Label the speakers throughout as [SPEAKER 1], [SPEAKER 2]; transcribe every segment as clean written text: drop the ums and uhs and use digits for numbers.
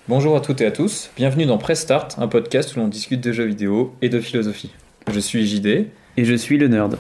[SPEAKER 1] Bonjour à toutes et à tous, bienvenue dans Press Start, un podcast où l'on discute de jeux vidéo et de philosophie. Je suis JD.
[SPEAKER 2] Et je suis le nerd.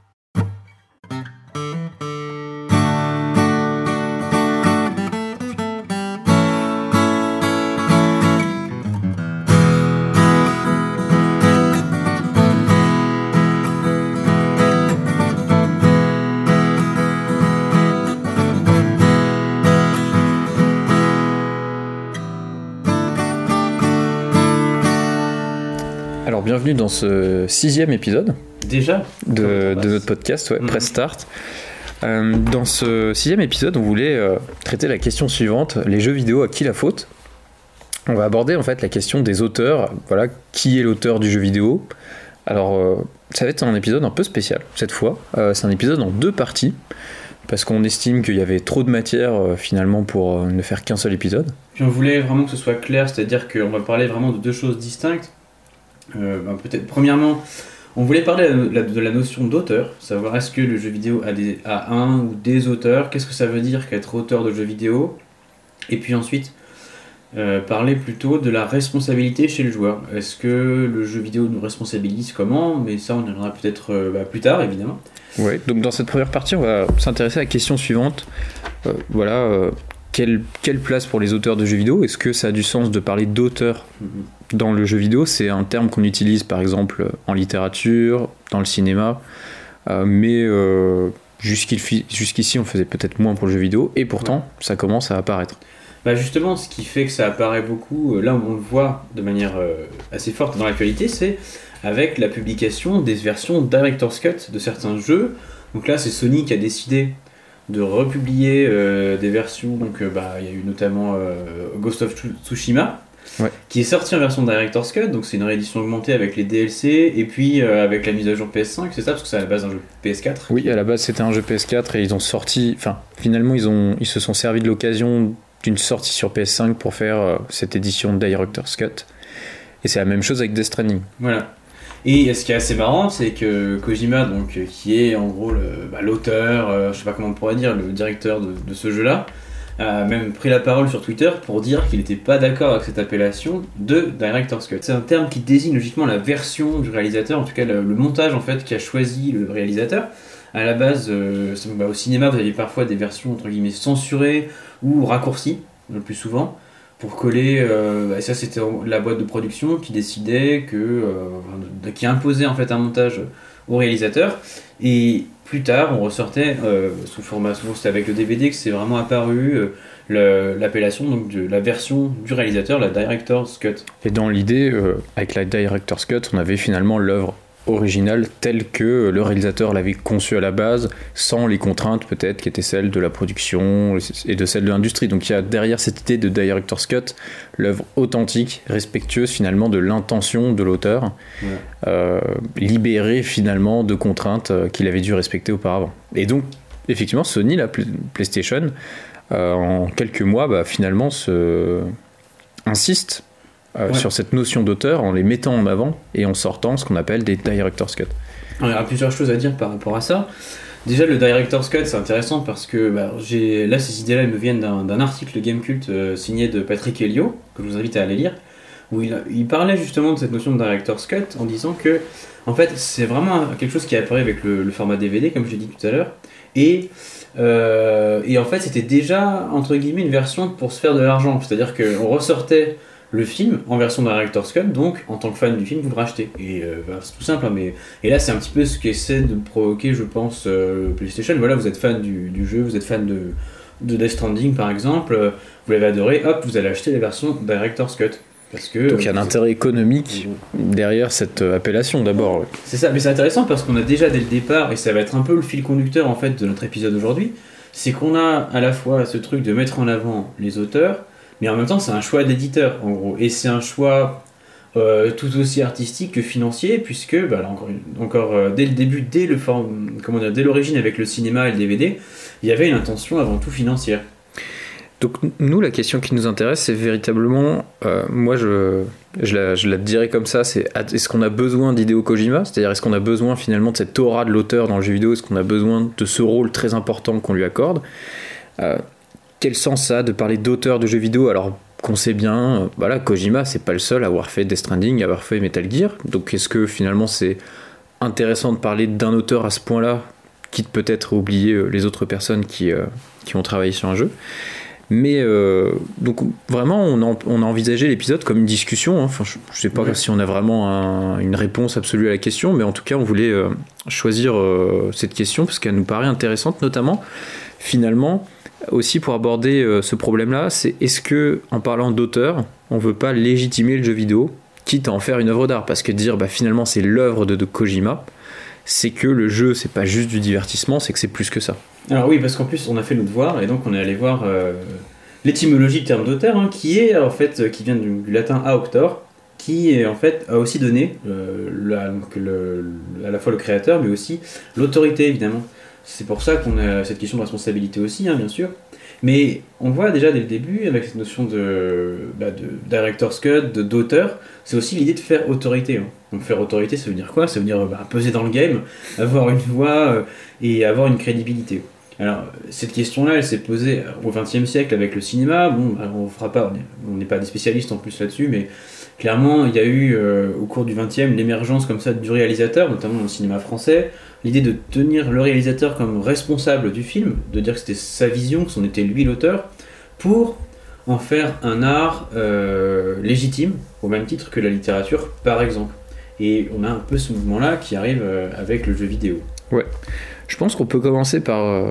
[SPEAKER 1] Alors bienvenue dans ce 6e épisode
[SPEAKER 2] Déjà
[SPEAKER 1] de notre podcast, Press Start. Dans ce 6e épisode, on voulait traiter la question suivante, les jeux vidéo, à qui la faute ? On va aborder en fait la question des auteurs, voilà, qui est l'auteur du jeu vidéo ? Alors ça va être un épisode un peu spécial cette fois, c'est un épisode en 2 parties, parce qu'on estime qu'il y avait trop de matière finalement pour ne faire qu'un seul épisode.
[SPEAKER 2] Puis on voulait vraiment que ce soit clair, c'est-à-dire qu'on va parler vraiment de 2 choses distinctes. Peut-être premièrement, on voulait parler de la notion d'auteur, savoir est-ce que le jeu vidéo a un ou des auteurs, qu'est-ce que ça veut dire qu'être auteur de jeu vidéo, et puis ensuite parler plutôt de la responsabilité chez le joueur. Est-ce que le jeu vidéo nous responsabilise, comment ? Mais ça on y reviendra peut-être plus tard évidemment.
[SPEAKER 1] Ouais, donc dans cette première partie on va s'intéresser à la question suivante, quelle place pour les auteurs de jeux vidéo ? Est-ce que ça a du sens de parler d'auteur dans le jeu vidéo ? C'est un terme qu'on utilise par exemple en littérature, dans le cinéma, mais jusqu'ici on faisait peut-être moins pour le jeu vidéo, et pourtant ça commence à apparaître.
[SPEAKER 2] Justement, ce qui fait que ça apparaît beaucoup, là où on le voit de manière assez forte dans l'actualité, c'est avec la publication des versions Director's Cut de certains jeux. Donc là c'est Sony qui a décidé de republier des versions, donc il y a eu notamment Ghost of Tsushima, qui est sorti en version Director's Cut, donc c'est une réédition augmentée avec les DLC, et puis avec la mise à jour PS5, c'est ça, parce que c'est à la base un jeu PS4.
[SPEAKER 1] Oui, à la base c'était un jeu PS4, et ils ont sorti, finalement ils se sont servis de l'occasion d'une sortie sur PS5 pour faire cette édition Director's Cut, et c'est la même chose avec Death Stranding.
[SPEAKER 2] Voilà. Et ce qui est assez marrant, c'est que Kojima, donc, qui est en gros l'auteur, je sais pas comment on pourrait dire, le directeur de ce jeu-là, a même pris la parole sur Twitter pour dire qu'il n'était pas d'accord avec cette appellation de Director's Cut. C'est un terme qui désigne logiquement la version du réalisateur, en tout cas le montage en fait qu'a choisi le réalisateur. À la base, au cinéma, vous avez parfois des versions entre guillemets censurées ou raccourcies, le plus souvent, pour coller, et ça c'était la boîte de production qui décidait qui imposait en fait un montage au réalisateur, et plus tard on ressortait sous format, souvent c'était avec le DVD que c'est vraiment apparu l'appellation donc de la version du réalisateur, la Director's Cut.
[SPEAKER 1] Et dans l'idée, avec la Director's Cut, on avait finalement l'œuvre originale telle que le réalisateur l'avait conçue à la base, sans les contraintes peut-être qui étaient celles de la production et de celles de l'industrie. Donc il y a derrière cette idée de Director's Cut l'œuvre authentique, respectueuse finalement de l'intention de l'auteur, libérée finalement de contraintes qu'il avait dû respecter auparavant. Et donc effectivement Sony, la PlayStation, en quelques mois finalement insiste sur cette notion d'auteur en les mettant en avant et en sortant ce qu'on appelle des Director's Cut.
[SPEAKER 2] Alors, il y a plusieurs choses à dire par rapport à ça. Déjà, le Director's Cut, c'est intéressant parce que là, ces idées-là elles me viennent d'un article Gamecult signé de Patrick Helio, que je vous invite à aller lire, où il parlait justement de cette notion de Director's Cut en disant que en fait, c'est vraiment quelque chose qui apparaît avec le format DVD, comme je l'ai dit tout à l'heure, et en fait, c'était déjà, entre guillemets, une version pour se faire de l'argent, c'est-à-dire qu'on ressortait le film en version Director's Cut, donc en tant que fan du film vous le rachetez, et c'est tout simple, et là c'est un petit peu ce qu'essaie de provoquer, je pense, PlayStation. Voilà, vous êtes fan du jeu, vous êtes fan de Death Stranding par exemple, vous l'avez adoré, hop, vous allez acheter la version Director's Cut, parce que
[SPEAKER 1] donc il y a un intérêt économique derrière cette appellation d'abord.
[SPEAKER 2] C'est ça, mais c'est intéressant parce qu'on a déjà dès le départ, et ça va être un peu le fil conducteur en fait de notre épisode aujourd'hui, c'est qu'on a à la fois ce truc de mettre en avant les auteurs, mais en même temps c'est un choix d'éditeur en gros, et c'est un choix tout aussi artistique que financier, puisque là, encore dès le début, dès l'origine avec le cinéma et le DVD, il y avait une intention avant tout financière.
[SPEAKER 1] Donc nous, la question qui nous intéresse, c'est véritablement, moi je la dirais comme ça, c'est est-ce qu'on a besoin d'Hideo Kojima ? C'est-à-dire est-ce qu'on a besoin finalement de cette aura de l'auteur dans le jeu vidéo ? Est-ce qu'on a besoin de ce rôle très important qu'on lui accorde ? Quel sens ça a de parler d'auteur de jeux vidéo ? Alors qu'on sait bien, voilà, Kojima, c'est pas le seul à avoir fait Death Stranding, à avoir fait Metal Gear. Donc est-ce que finalement c'est intéressant de parler d'un auteur à ce point-là, quitte peut-être à oublier les autres personnes qui ont travaillé sur un jeu. Mais donc vraiment on a envisagé l'épisode comme une discussion, hein. Enfin, je sais pas si on a vraiment une réponse absolue à la question, mais en tout cas on voulait choisir cette question parce qu'elle nous paraît intéressante, notamment finalement aussi pour aborder ce problème-là, c'est est-ce que en parlant d'auteur on veut pas légitimer le jeu vidéo quitte à en faire une œuvre d'art, parce que dire finalement c'est l'œuvre de Kojima, c'est que le jeu c'est pas juste du divertissement, c'est que c'est plus que ça.
[SPEAKER 2] Alors oui, parce qu'en plus on a fait nos devoirs et donc on est allé voir l'étymologie du terme d'auteur, hein, qui est en fait qui vient du latin auctor, qui en fait a aussi donné à la fois le créateur mais aussi l'autorité évidemment. C'est pour ça qu'on a cette question de responsabilité aussi, hein, bien sûr. Mais on voit déjà dès le début avec cette notion de director's cut, d'auteur, c'est aussi l'idée de faire autorité, hein. Donc faire autorité, ça veut dire quoi ? Ça veut dire peser dans le game, avoir une voix et avoir une crédibilité. Alors cette question-là, elle s'est posée au XXe siècle avec le cinéma. Bon, on fera pas, on n'est pas des spécialistes en plus là-dessus, mais clairement, il y a eu au cours du XXe l'émergence comme ça du réalisateur, notamment dans le cinéma français. L'idée de tenir le réalisateur comme responsable du film, de dire que c'était sa vision, que c'en était lui l'auteur, pour en faire un art légitime, au même titre que la littérature, par exemple. Et on a un peu ce mouvement-là qui arrive avec le jeu vidéo.
[SPEAKER 1] Ouais, je pense qu'on peut commencer par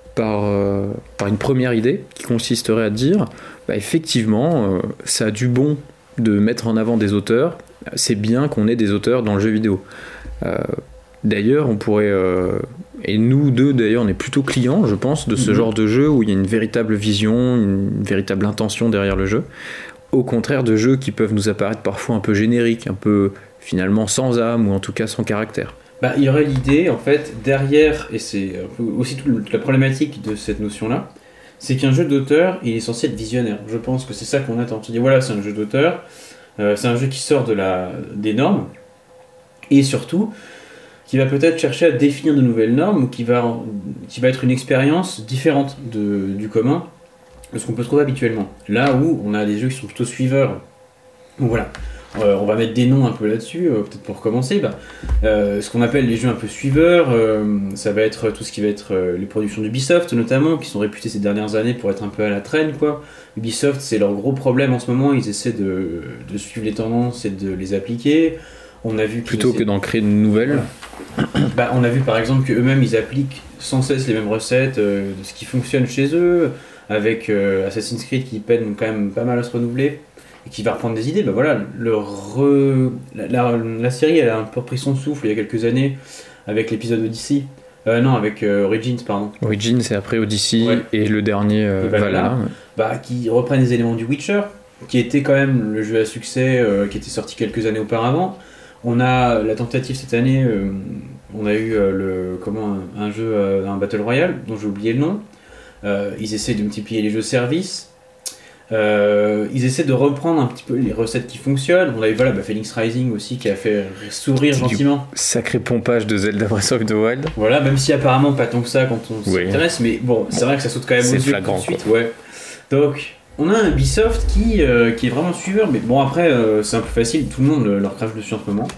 [SPEAKER 1] une première idée qui consisterait à dire, effectivement, ça a du bon de mettre en avant des auteurs, c'est bien qu'on ait des auteurs dans le jeu vidéo. D'ailleurs, on pourrait, et nous deux d'ailleurs, on est plutôt clients, je pense, de ce genre de jeu où il y a une véritable vision, une véritable intention derrière le jeu, au contraire de jeux qui peuvent nous apparaître parfois un peu génériques, un peu finalement sans âme ou en tout cas sans caractère.
[SPEAKER 2] Il y aurait l'idée, en fait, derrière, et c'est aussi toute la problématique de cette notion-là, c'est qu'un jeu d'auteur, il est censé être visionnaire. Je pense que c'est ça qu'on attend. Tu dis, voilà, c'est un jeu d'auteur, c'est un jeu qui sort des normes, et surtout, qui va peut-être chercher à définir de nouvelles normes, ou qui va être une expérience différente du commun, de ce qu'on peut trouver habituellement. Là où on a des jeux qui sont plutôt suiveurs. Donc voilà. On va mettre des noms un peu là-dessus, peut-être pour commencer. Ce qu'on appelle les jeux un peu suiveurs, ça va être tout ce qui va être les productions d'Ubisoft notamment, qui sont réputées ces dernières années pour être un peu à la traîne, quoi. Ubisoft, c'est leur gros problème en ce moment, ils essaient de suivre les tendances et de les appliquer. On a vu
[SPEAKER 1] plutôt que d'en créer de nouvelles.
[SPEAKER 2] On a vu par exemple qu'eux-mêmes ils appliquent sans cesse les mêmes recettes de ce qui fonctionne chez eux, avec Assassin's Creed qui peine quand même pas mal à se renouveler. Qui va reprendre des idées, la série elle a un peu repris son souffle il y a quelques années avec l'épisode Odyssey, avec Origins pardon.
[SPEAKER 1] Origins c'est après Odyssey, ouais. Et le dernier Valhalla.
[SPEAKER 2] Qui reprennent des éléments du Witcher, qui était quand même le jeu à succès qui était sorti quelques années auparavant. On a la tentative cette année, on a eu un jeu, un Battle Royale dont j'ai oublié le nom. Ils essaient de multiplier les jeux services. Ils essaient de reprendre un petit peu les recettes qui fonctionnent. On a eu Phoenix Rising aussi qui a fait sourire gentiment.
[SPEAKER 1] Sacré pompage de Zelda Breath of the Wild.
[SPEAKER 2] Voilà, même si apparemment pas tant que ça quand on s'intéresse, mais bon, c'est vrai que ça saute quand même aux yeux tout de suite. Ouais. Donc, on a un Ubisoft qui est vraiment suiveur, mais bon après c'est un peu facile, tout le monde leur crache dessus en ce moment.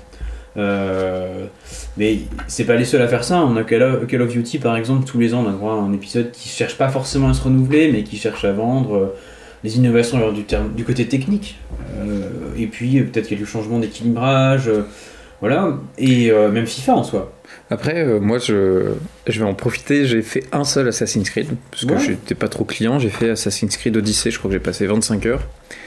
[SPEAKER 2] Mais c'est pas les seuls à faire ça. On a Call of Duty par exemple, tous les ans on a droit à un épisode qui cherche pas forcément à se renouveler, mais qui cherche à vendre. Les innovations alors, du côté technique, et puis peut-être quelques changements d'équilibrage, voilà, et même FIFA en soi.
[SPEAKER 1] Après, moi je vais en profiter, j'ai fait un seul Assassin's Creed, parce que j'étais pas trop client, j'ai fait Assassin's Creed Odyssey, je crois que j'ai passé 25 heures.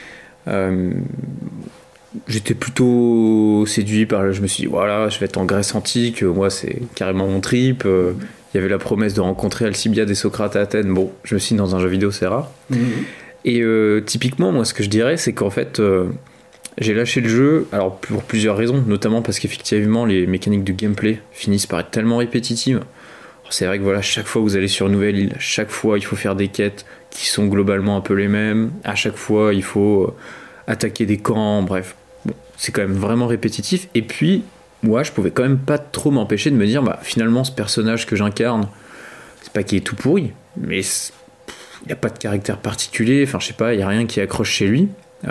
[SPEAKER 1] J'étais plutôt séduit par je me suis dit, voilà, je vais être en Grèce antique, moi c'est carrément mon trip. Il y avait la promesse de rencontrer Alcibiade et Socrate à Athènes, bon, je me suis dit dans un jeu vidéo c'est rare. Et typiquement, moi, ce que je dirais, c'est qu'en fait, j'ai lâché le jeu, alors pour plusieurs raisons, notamment parce qu'effectivement, les mécaniques de gameplay finissent par être tellement répétitives. Alors, c'est vrai que voilà, chaque fois que vous allez sur une nouvelle île, chaque fois, il faut faire des quêtes qui sont globalement un peu les mêmes. À chaque fois, il faut attaquer des camps, bref. Bon, c'est quand même vraiment répétitif. Et puis, moi, je pouvais quand même pas trop m'empêcher de me dire, finalement, ce personnage que j'incarne, c'est pas qu'il est tout pourri, mais il a pas de caractère particulier, enfin je sais pas, il y a rien qui accroche chez lui.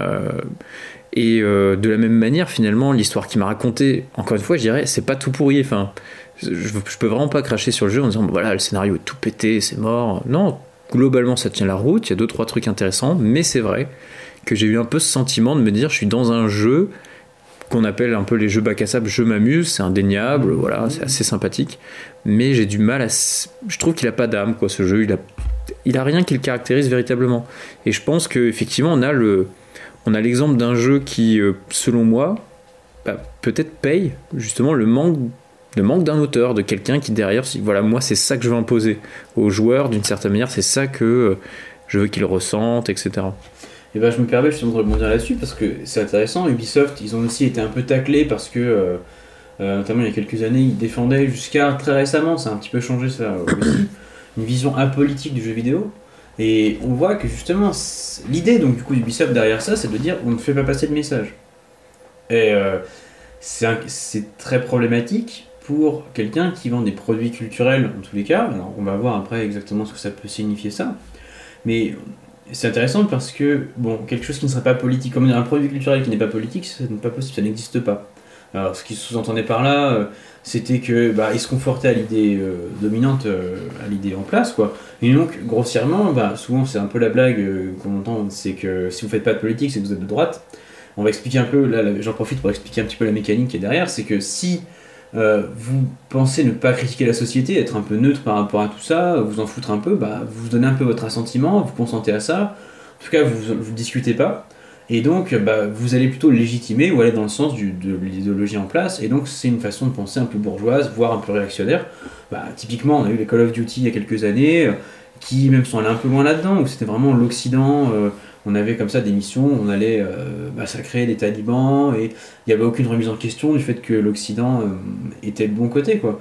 [SPEAKER 1] De la même manière, finalement, l'histoire qu'il m'a racontée, encore une fois, je dirais, c'est pas tout pourri. Enfin, je peux vraiment pas cracher sur le jeu en disant voilà, le scénario est tout pété, c'est mort. Non, globalement, ça tient la route. Il y a 2-3 trucs intéressants, mais c'est vrai que j'ai eu un peu ce sentiment de me dire je suis dans un jeu qu'on appelle un peu les jeux bac à sable, je m'amuse, c'est indéniable, voilà, c'est assez sympathique, mais j'ai du mal je trouve qu'il a pas d'âme, quoi, ce jeu, il a rien qui le caractérise véritablement. Et je pense qu'effectivement, on a l'exemple d'un jeu qui, selon moi, peut-être paye justement le manque d'un auteur, de quelqu'un qui derrière, voilà, moi c'est ça que je veux imposer aux joueurs, d'une certaine manière, c'est ça que je veux qu'ils ressentent, etc.
[SPEAKER 2] Et je me permets justement de rebondir là-dessus parce que c'est intéressant. Ubisoft, ils ont aussi été un peu taclés parce que, notamment il y a quelques années, ils défendaient jusqu'à très récemment, ça a un petit peu changé ça aussi, une vision apolitique du jeu vidéo. Et on voit que justement, l'idée donc du coup d'Ubisoft derrière ça, c'est de dire on ne fait pas passer de message. Et c'est très problématique pour quelqu'un qui vend des produits culturels en tous les cas. Alors, on va voir après exactement ce que ça peut signifier ça. Mais c'est intéressant parce que, bon, quelque chose qui ne serait pas politique, comme un produit culturel qui n'est pas politique, ça n'est pas possible, ça n'existe pas. Alors, ce qui sous-entendait par là, c'était que ils se confortaient à l'idée dominante, à l'idée en place, quoi. Et donc, grossièrement, souvent c'est un peu la blague qu'on entend, c'est que si vous faites pas de politique, c'est que vous êtes de droite. On va expliquer un peu, là j'en profite pour expliquer un petit peu la mécanique qui est derrière, c'est que si vous pensez ne pas critiquer la société, être un peu neutre par rapport à tout ça, vous en foutre un peu, vous donnez un peu votre assentiment, vous consentez à ça, en tout cas vous discutez pas, et donc vous allez plutôt légitimer ou aller dans le sens de l'idéologie en place, et donc c'est une façon de penser un peu bourgeoise, voire un peu réactionnaire. Typiquement on a eu les Call of Duty il y a quelques années, qui même sont allés un peu loin là-dedans, où c'était vraiment l'Occident, on avait comme ça des missions où on allait massacrer les talibans, et il n'y avait aucune remise en question du fait que l'Occident était de bon côté, quoi.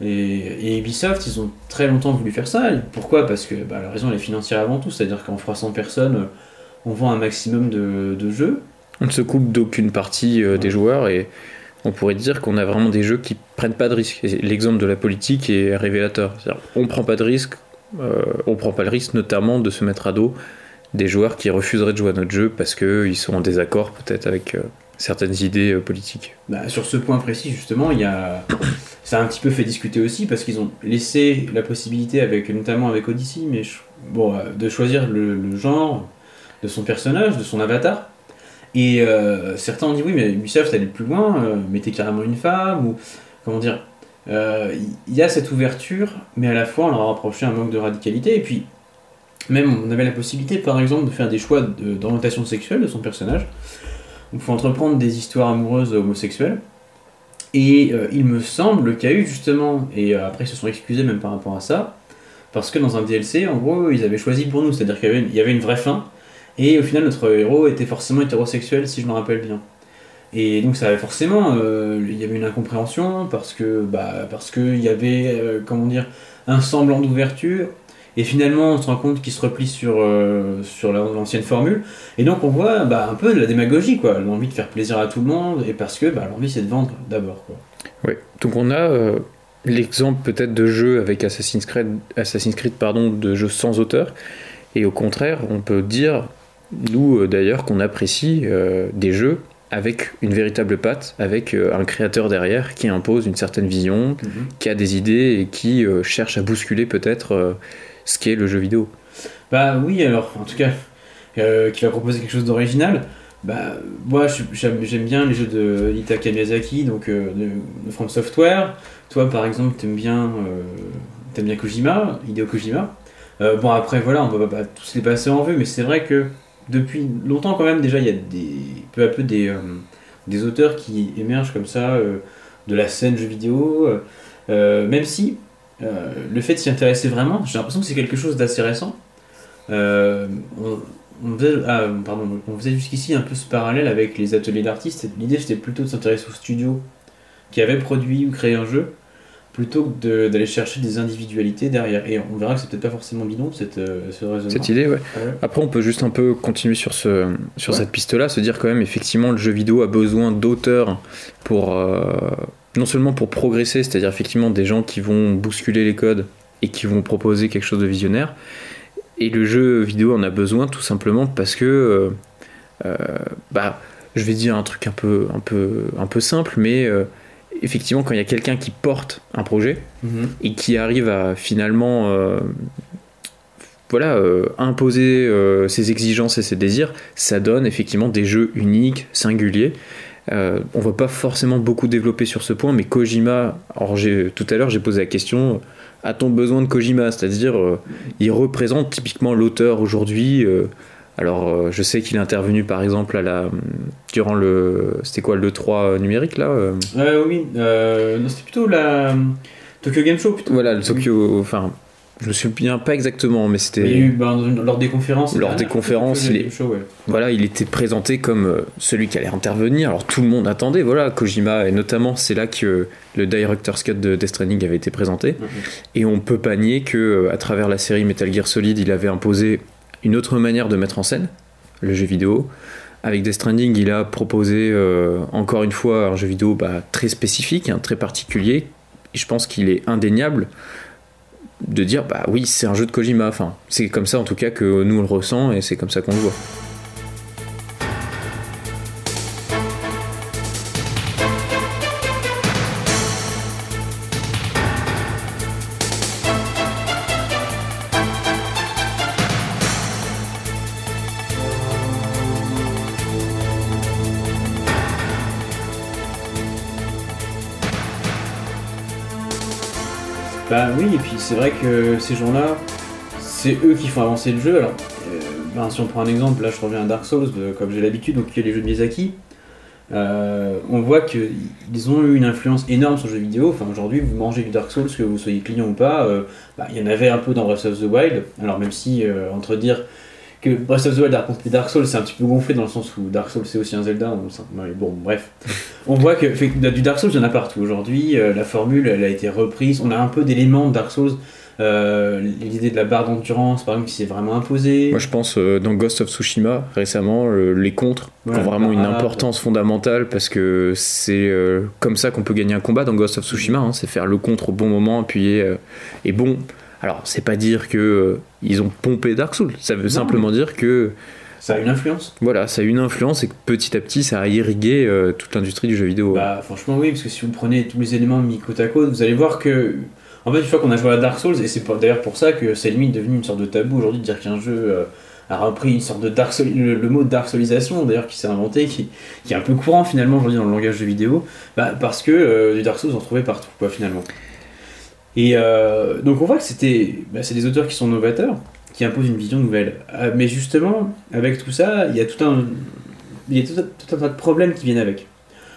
[SPEAKER 2] Et Ubisoft, ils ont très longtemps voulu faire ça. Pourquoi ? Parce que la raison elle est financière avant tout, c'est-à-dire qu'en froissant personne, on vend un maximum de jeux.
[SPEAKER 1] On ne se coupe d'aucune partie des joueurs, et on pourrait dire qu'on a vraiment des jeux qui prennent pas de risques. Et l'exemple de la politique est révélateur. C'est-à-dire, on prend pas de risque, on prend pas le risque notamment de se mettre à dos des joueurs qui refuseraient de jouer à notre jeu parce qu'ils sont en désaccord peut-être avec certaines idées politiques.
[SPEAKER 2] Sur ce point précis justement, ça a un petit peu fait discuter aussi parce qu'ils ont laissé la possibilité, notamment avec Odyssey, de choisir le genre de son personnage, de son avatar. Et certains ont dit oui, mais Ubisoft allait plus loin, mettez carrément une femme, ou comment dire, il y a cette ouverture, mais à la fois on leur a reproché un manque de radicalité. Et puis même on avait la possibilité par exemple de faire des choix d'orientation sexuelle de son personnage. On pouvait entreprendre des histoires amoureuses homosexuelles. Et il me semble qu'il y a eu justement, et après ils se sont excusés même par rapport à ça, parce que dans un DLC, en gros, ils avaient choisi pour nous, c'est-à-dire qu'il y avait une vraie fin, et au final notre héros était forcément hétérosexuel, si je me rappelle bien. Et donc ça avait forcément, il y avait une incompréhension, parce que il y avait, un semblant d'ouverture, et finalement on se rend compte qu'il se replie sur l'ancienne formule, et donc on voit un peu de la démagogie, quoi, l'envie de faire plaisir à tout le monde, et parce que l'envie c'est de vendre d'abord, quoi.
[SPEAKER 1] Oui, donc on a l'exemple peut-être de jeux avec Assassin's Creed, de jeux sans auteur, et au contraire on peut dire, nous d'ailleurs, qu'on apprécie des jeux avec une véritable patte, avec un créateur derrière qui impose une certaine vision, qui a des idées et qui cherche à bousculer peut-être ce qu'est le jeu vidéo.
[SPEAKER 2] Oui, alors en tout cas qui va proposer quelque chose d'original. Moi j'aime bien les jeux de Hitaka Miyazaki, donc de From Software. Toi par exemple t'aimes bien Hideo Kojima. Après voilà, on va pas tous les passer en revue, mais c'est vrai que depuis longtemps quand même déjà il y a peu à peu des auteurs qui émergent comme ça de la scène jeux vidéo, même si le fait de s'y intéresser vraiment, j'ai l'impression que c'est quelque chose d'assez récent. On faisait jusqu'ici un peu ce parallèle avec les ateliers d'artistes. L'idée c'était plutôt de s'intéresser aux studios qui avaient produit ou créé un jeu, plutôt que d'aller chercher des individualités derrière. Et on verra que c'est peut-être pas forcément bidon ce raisonnement.
[SPEAKER 1] Cette idée, ouais. Après on peut juste un peu continuer sur cette piste-là, se dire quand même effectivement le jeu vidéo a besoin d'auteurs pour non seulement pour progresser, c'est-à-dire effectivement des gens qui vont bousculer les codes et qui vont proposer quelque chose de visionnaire, Et le jeu vidéo en a besoin tout simplement parce que, je vais dire un truc un peu simple, mais effectivement, quand il y a quelqu'un qui porte un projet et qui arrive à finalement imposer ses exigences et ses désirs, ça donne effectivement des jeux uniques, singuliers. On va pas forcément beaucoup développer sur ce point, mais Kojima, alors tout à l'heure j'ai posé la question, a-t-on besoin de Kojima? C'est-à-dire, il représente typiquement l'auteur aujourd'hui. Je sais qu'il est intervenu par exemple durant c'était quoi, le 3 numérique là
[SPEAKER 2] Oui, non, c'était plutôt la Tokyo Game Show plutôt.
[SPEAKER 1] Voilà, le Tokyo, enfin, je me souviens pas exactement, mais c'était.
[SPEAKER 2] Il y a eu lors des conférences.
[SPEAKER 1] Il était présenté comme celui qui allait intervenir. Alors tout le monde attendait, voilà, Kojima, et notamment c'est là que le Director's Cut de Death Stranding avait été présenté. Et on peut pas nier que à travers la série Metal Gear Solid, il avait imposé une autre manière de mettre en scène le jeu vidéo. Avec Death Stranding, il a proposé encore une fois un jeu vidéo très spécifique, très particulier. Et je pense qu'il est indéniable de dire oui, c'est un jeu de Kojima. Enfin, c'est comme ça en tout cas que nous on le ressent et c'est comme ça qu'on le voit.
[SPEAKER 2] Oui, et puis c'est vrai que ces gens-là, c'est eux qui font avancer le jeu. Alors, si on prend un exemple, là je reviens à Dark Souls, comme j'ai l'habitude, donc il y a les jeux de Miyazaki. On voit qu'ils ont eu une influence énorme sur le jeu vidéo. Enfin, aujourd'hui, vous mangez du Dark Souls, que vous soyez client ou pas, il y en avait un peu dans Breath of the Wild. Alors, même si, entre dire que Breath of the Wild a raconté Dark Souls, c'est un petit peu gonflé dans le sens où Dark Souls c'est aussi un Zelda. Bon, bref. On voit que du Dark Souls, il y en a partout. Aujourd'hui, la formule, elle a été reprise. On a un peu d'éléments de Dark Souls. L'idée de la barre d'endurance, par exemple, qui s'est vraiment imposée.
[SPEAKER 1] Moi, je pense dans Ghost of Tsushima, récemment, les contres ont vraiment une importance fondamentale parce que c'est comme ça qu'on peut gagner un combat dans Ghost of Tsushima. C'est faire le contre au bon moment, appuyer. Et bon, alors, c'est pas dire que ils ont pompé Dark Souls. Ça veut simplement dire que
[SPEAKER 2] ça a une influence.
[SPEAKER 1] Voilà, ça a une influence et que petit à petit, ça a irrigué toute l'industrie du jeu vidéo.
[SPEAKER 2] Franchement, oui, parce que si vous prenez tous les éléments mis côte à côte, vous allez voir que, en fait, une fois qu'on a joué à Dark Souls, et c'est d'ailleurs pour ça que c'est limite devenu une sorte de tabou aujourd'hui de dire qu'un jeu a repris une sorte de Dark Souls, le mot Dark Soulisation d'ailleurs qui s'est inventé, qui est un peu courant finalement aujourd'hui dans le langage de vidéo, parce que du Dark Souls on trouvait partout, quoi, finalement. Et donc on voit que c'est des auteurs qui sont novateurs, qui imposent une vision nouvelle. Mais justement, avec tout ça, il y a tout un tas de problèmes qui viennent avec,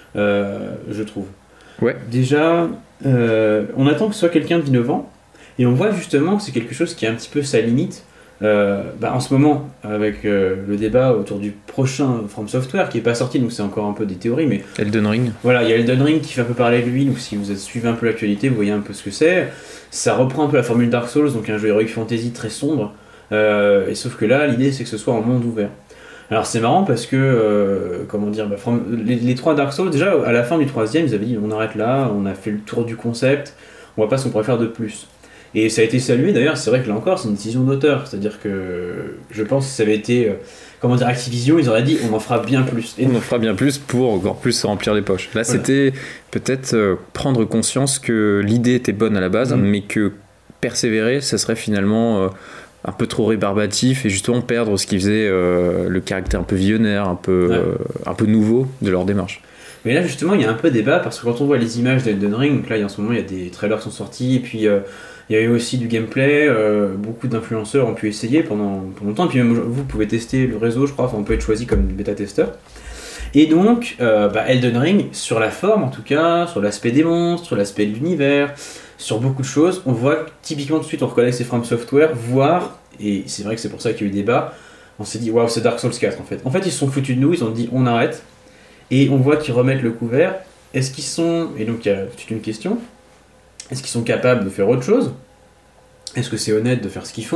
[SPEAKER 2] je trouve.
[SPEAKER 1] Ouais.
[SPEAKER 2] Déjà, on attend que ce soit quelqu'un d'innovant, et on voit justement que c'est quelque chose qui est un petit peu sa limite. En ce moment, avec le débat autour du prochain From Software qui n'est pas sorti, donc c'est encore un peu des théories, mais
[SPEAKER 1] Elden Ring.
[SPEAKER 2] Voilà, il y a Elden Ring qui fait un peu parler de lui, donc si vous suivez un peu l'actualité, vous voyez un peu ce que c'est. Ça reprend un peu la formule Dark Souls, donc un jeu Heroic Fantasy très sombre, et sauf que là, l'idée c'est que ce soit en monde ouvert. Alors c'est marrant parce que, les trois Dark Souls, déjà à la fin du troisième, ils avaient dit on arrête là, on a fait le tour du concept, on voit pas ce qu'on pourrait faire de plus. Et ça a été salué d'ailleurs, c'est vrai que là encore c'est une décision d'auteur, c'est-à-dire que je pense que ça avait été, Activision, ils auraient dit on en fera bien plus.
[SPEAKER 1] Et on en fera bien plus pour encore plus se remplir les poches. Là c'était peut-être prendre conscience que l'idée était bonne à la base, mais que persévérer, ça serait finalement un peu trop rébarbatif et justement perdre ce qui faisait le caractère un peu visionnaire, un peu nouveau de leur démarche.
[SPEAKER 2] Mais là justement il y a un peu débat parce que quand on voit les images d'Elden Ring, donc là en ce moment il y a des trailers qui sont sortis et puis il y a eu aussi du gameplay, beaucoup d'influenceurs ont pu essayer pendant longtemps, et puis même vous pouvez tester le réseau, je crois, on peut être choisi comme bêta-testeur. Et donc, Elden Ring, sur la forme en tout cas, sur l'aspect des monstres, sur l'aspect de l'univers, sur beaucoup de choses, on voit que, typiquement tout de suite on reconnaît que c'est From Software, voire, et c'est vrai que c'est pour ça qu'il y a eu débat, on s'est dit waouh c'est Dark Souls 4 en fait. En fait ils se sont foutus de nous, ils ont dit on arrête, et on voit qu'ils remettent le couvert. Est-ce qu'ils sont, et donc il y a toute une question, est-ce qu'ils sont capables de faire autre chose ? Est-ce que c'est honnête de faire ce qu'ils font ?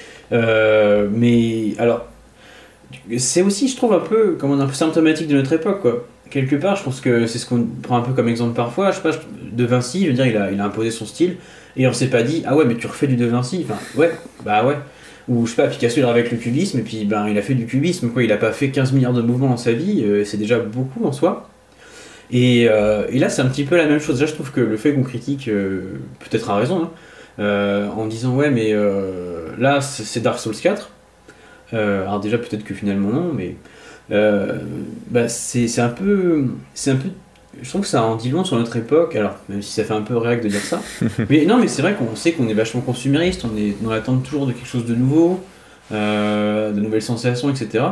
[SPEAKER 2] Mais alors, c'est aussi, je trouve, un peu symptomatique de notre époque, quoi. Quelque part, je pense que c'est ce qu'on prend un peu comme exemple parfois. Je sais pas, De Vinci, je veux dire, il a imposé son style et on s'est pas dit ah ouais, mais tu refais du De Vinci. Enfin, ouais, bah ouais. Ou je sais pas, Picasso il rêvait avec le cubisme et puis ben il a fait du cubisme quoi, il a pas fait 15 milliards de mouvements dans sa vie, c'est déjà beaucoup en soi. Et là c'est un petit peu la même chose. Déjà je trouve que le fait qu'on critique, peut-être à raison, en disant ouais mais là c'est Dark Souls 4. Alors déjà peut-être que finalement non, mais bah, c'est un peu, je trouve que ça en dit long sur notre époque. Alors même si ça fait un peu réac de dire ça, mais non mais c'est vrai qu'on sait qu'on est vachement consumériste, on est dans l'attente toujours de quelque chose de nouveau, de nouvelles sensations, etc.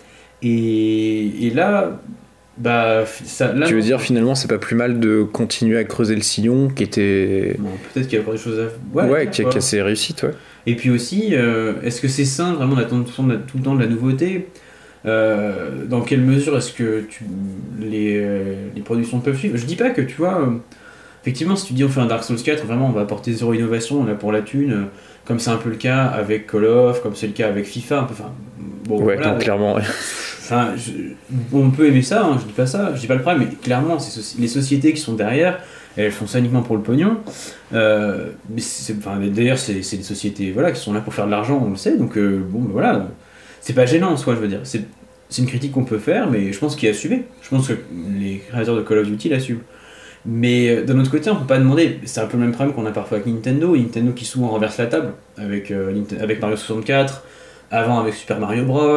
[SPEAKER 2] Et là, bah ça, là,
[SPEAKER 1] Tu veux dire finalement c'est pas plus mal de continuer à creuser le sillon qui était.
[SPEAKER 2] bon, peut-être qu'il y a encore des choses à
[SPEAKER 1] Ouais, qui a ses réussites, ouais.
[SPEAKER 2] Et puis aussi, est-ce que c'est sain vraiment d'attendre tout le temps de la nouveauté? Dans quelle mesure est-ce que les productions peuvent suivre? Je dis pas que tu vois, effectivement, si tu dis on fait un Dark Souls 4, vraiment on va apporter zéro innovation, on a pour la thune, comme c'est un peu le cas avec Call of, comme c'est le cas avec FIFA, un peu, enfin, bon,
[SPEAKER 1] Ouais,
[SPEAKER 2] voilà,
[SPEAKER 1] non, clairement. Ouais.
[SPEAKER 2] Enfin, on peut aimer ça, hein, je dis pas ça, je dis pas le problème, mais clairement, les sociétés qui sont derrière, elles font ça uniquement pour le pognon. Mais d'ailleurs, c'est des sociétés voilà, qui sont là pour faire de l'argent, on le sait, donc bon, ben voilà, c'est pas gênant en soi, je veux dire. C'est une critique qu'on peut faire, mais je pense qu'il est assumé. Je pense que les créateurs de Call of Duty l'assument. Mais d'un autre côté, on peut pas demander, c'est un peu le même problème qu'on a parfois avec Nintendo qui souvent renverse la table, avec Mario 64, avant avec Super Mario Bros.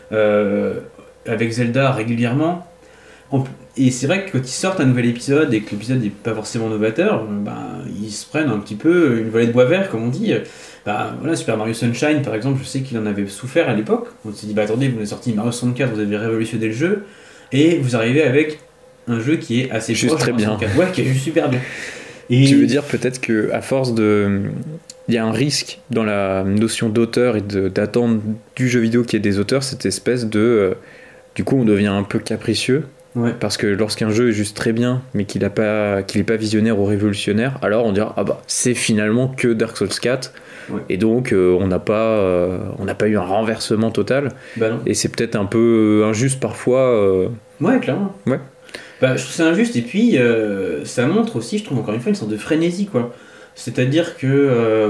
[SPEAKER 2] Avec Zelda régulièrement. Et c'est vrai que quand ils sortent un nouvel épisode et que l'épisode n'est pas forcément novateur, ils se prennent un petit peu une volée de bois vert, comme on dit. Voilà, Super Mario Sunshine, par exemple, je sais qu'il en avait souffert à l'époque. On s'est dit, attendez, vous avez sorti Mario 64, vous avez révolutionné le jeu, et vous arrivez avec un jeu qui est assez
[SPEAKER 1] juste
[SPEAKER 2] proche
[SPEAKER 1] très bien.
[SPEAKER 2] Ouais, qui est juste super bien. Et
[SPEAKER 1] tu veux dire peut-être que à force de... Il y a un risque dans la notion d'auteur et d'attendre du jeu vidéo qu'il y ait des auteurs, cette espèce de... du coup, on devient un peu capricieux.
[SPEAKER 2] Ouais.
[SPEAKER 1] Parce que lorsqu'un jeu est juste très bien, mais qu'il n'est pas visionnaire ou révolutionnaire, alors on dira, c'est finalement que Dark Souls 4. Ouais. Et donc, on n'a pas eu un renversement total.
[SPEAKER 2] Bah non.
[SPEAKER 1] Et c'est peut-être un peu injuste parfois.
[SPEAKER 2] Ouais, clairement.
[SPEAKER 1] Ouais.
[SPEAKER 2] Je trouve que c'est injuste. Et puis, ça montre aussi, je trouve encore une fois, une sorte de frénésie, quoi. C'est-à-dire que,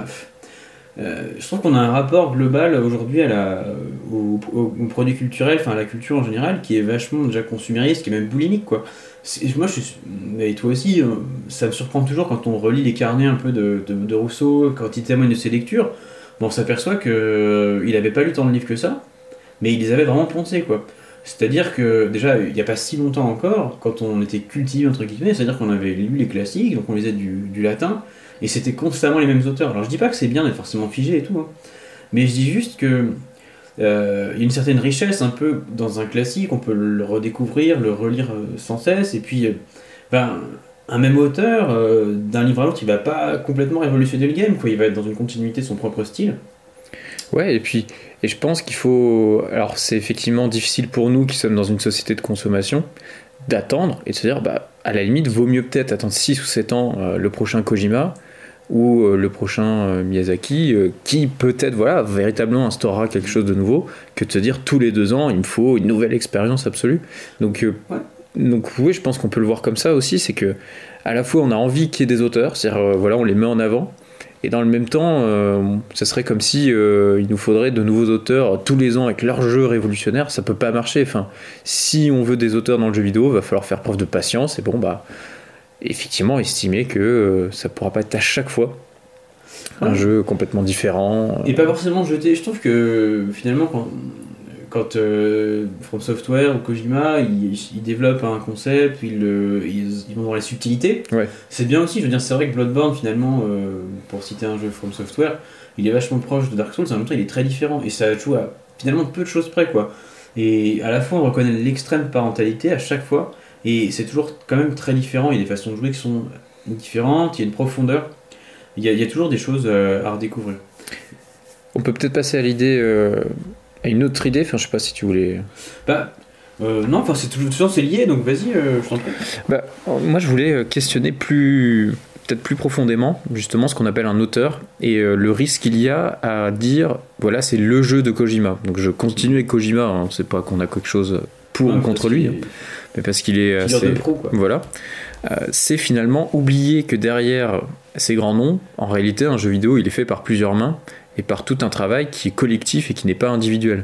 [SPEAKER 2] je trouve qu'on a un rapport global aujourd'hui au produit culturel, enfin à la culture en général, qui est vachement déjà consumériste, qui est même boulimique, quoi. Moi, et toi aussi, ça me surprend toujours quand on relit les carnets un peu de Rousseau, quand il témoigne de ses lectures, on s'aperçoit qu'il n'avait pas lu tant de livres que ça, mais il les avait vraiment poncés, quoi. C'est-à-dire que, déjà, il n'y a pas si longtemps encore, quand on était cultivé, entre guillemets, c'est-à-dire qu'on avait lu les classiques, donc on lisait du latin, et c'était constamment les mêmes auteurs. Alors je dis pas que c'est bien d'être forcément figé et tout, hein, mais je dis juste que y a une certaine richesse un peu dans un classique, on peut le redécouvrir, le relire sans cesse, et puis un même auteur, d'un livre à l'autre, il va pas complètement révolutionner le game, quoi. Il va être dans une continuité de son propre style.
[SPEAKER 1] Ouais, et je pense qu'il faut... Alors c'est effectivement difficile pour nous qui sommes dans une société de consommation, d'attendre et de se dire, à la limite, vaut mieux peut-être attendre 6 ou 7 ans le prochain Kojima, ou le prochain Miyazaki, qui peut-être véritablement instaurera quelque chose de nouveau, que de se dire tous les 2 ans il me faut une nouvelle expérience absolue. Donc oui, je pense qu'on peut le voir comme ça aussi, c'est que à la fois on a envie qu'il y ait des auteurs, c'est-à-dire on les met en avant, et dans le même temps ça serait comme si il nous faudrait de nouveaux auteurs tous les ans avec leurs jeux révolutionnaires. Ça peut pas marcher. Enfin, si on veut des auteurs dans le jeu vidéo, il va falloir faire preuve de patience, et effectivement estimer que ça pourra pas être à chaque fois un jeu complètement différent.
[SPEAKER 2] Et pas forcément jeté. Je trouve que finalement quand From Software ou Kojima ils développent un concept, ils vont dans les subtilités,
[SPEAKER 1] ouais. C'est
[SPEAKER 2] bien aussi. Je veux dire, c'est vrai que Bloodborne finalement, pour citer un jeu From Software, il est vachement proche de Dark Souls, en même temps il est très différent, et ça joue à finalement peu de choses près, quoi. Et à la fois on reconnaît l'extrême parentalité à chaque fois, et c'est toujours quand même très différent. Il y a des façons de jouer qui sont différentes, il y a une profondeur, il y a toujours des choses à redécouvrir.
[SPEAKER 1] On peut peut-être passer à l'idée, à une autre idée, je sais pas si tu voulais...
[SPEAKER 2] non, c'est toujours c'est lié, donc vas-y, je t'en prie.
[SPEAKER 1] Moi je voulais questionner peut-être plus profondément justement ce qu'on appelle un auteur, et le risque qu'il y a à dire voilà, c'est le jeu de Kojima. Donc je continue avec Kojima, hein, c'est pas qu'on a quelque chose pour ou contre lui, mais parce qu'il est assez...
[SPEAKER 2] pro, quoi.
[SPEAKER 1] Voilà. C'est finalement oublier que derrière ces grands noms, en réalité un jeu vidéo il est fait par plusieurs mains, et par tout un travail qui est collectif et qui n'est pas individuel.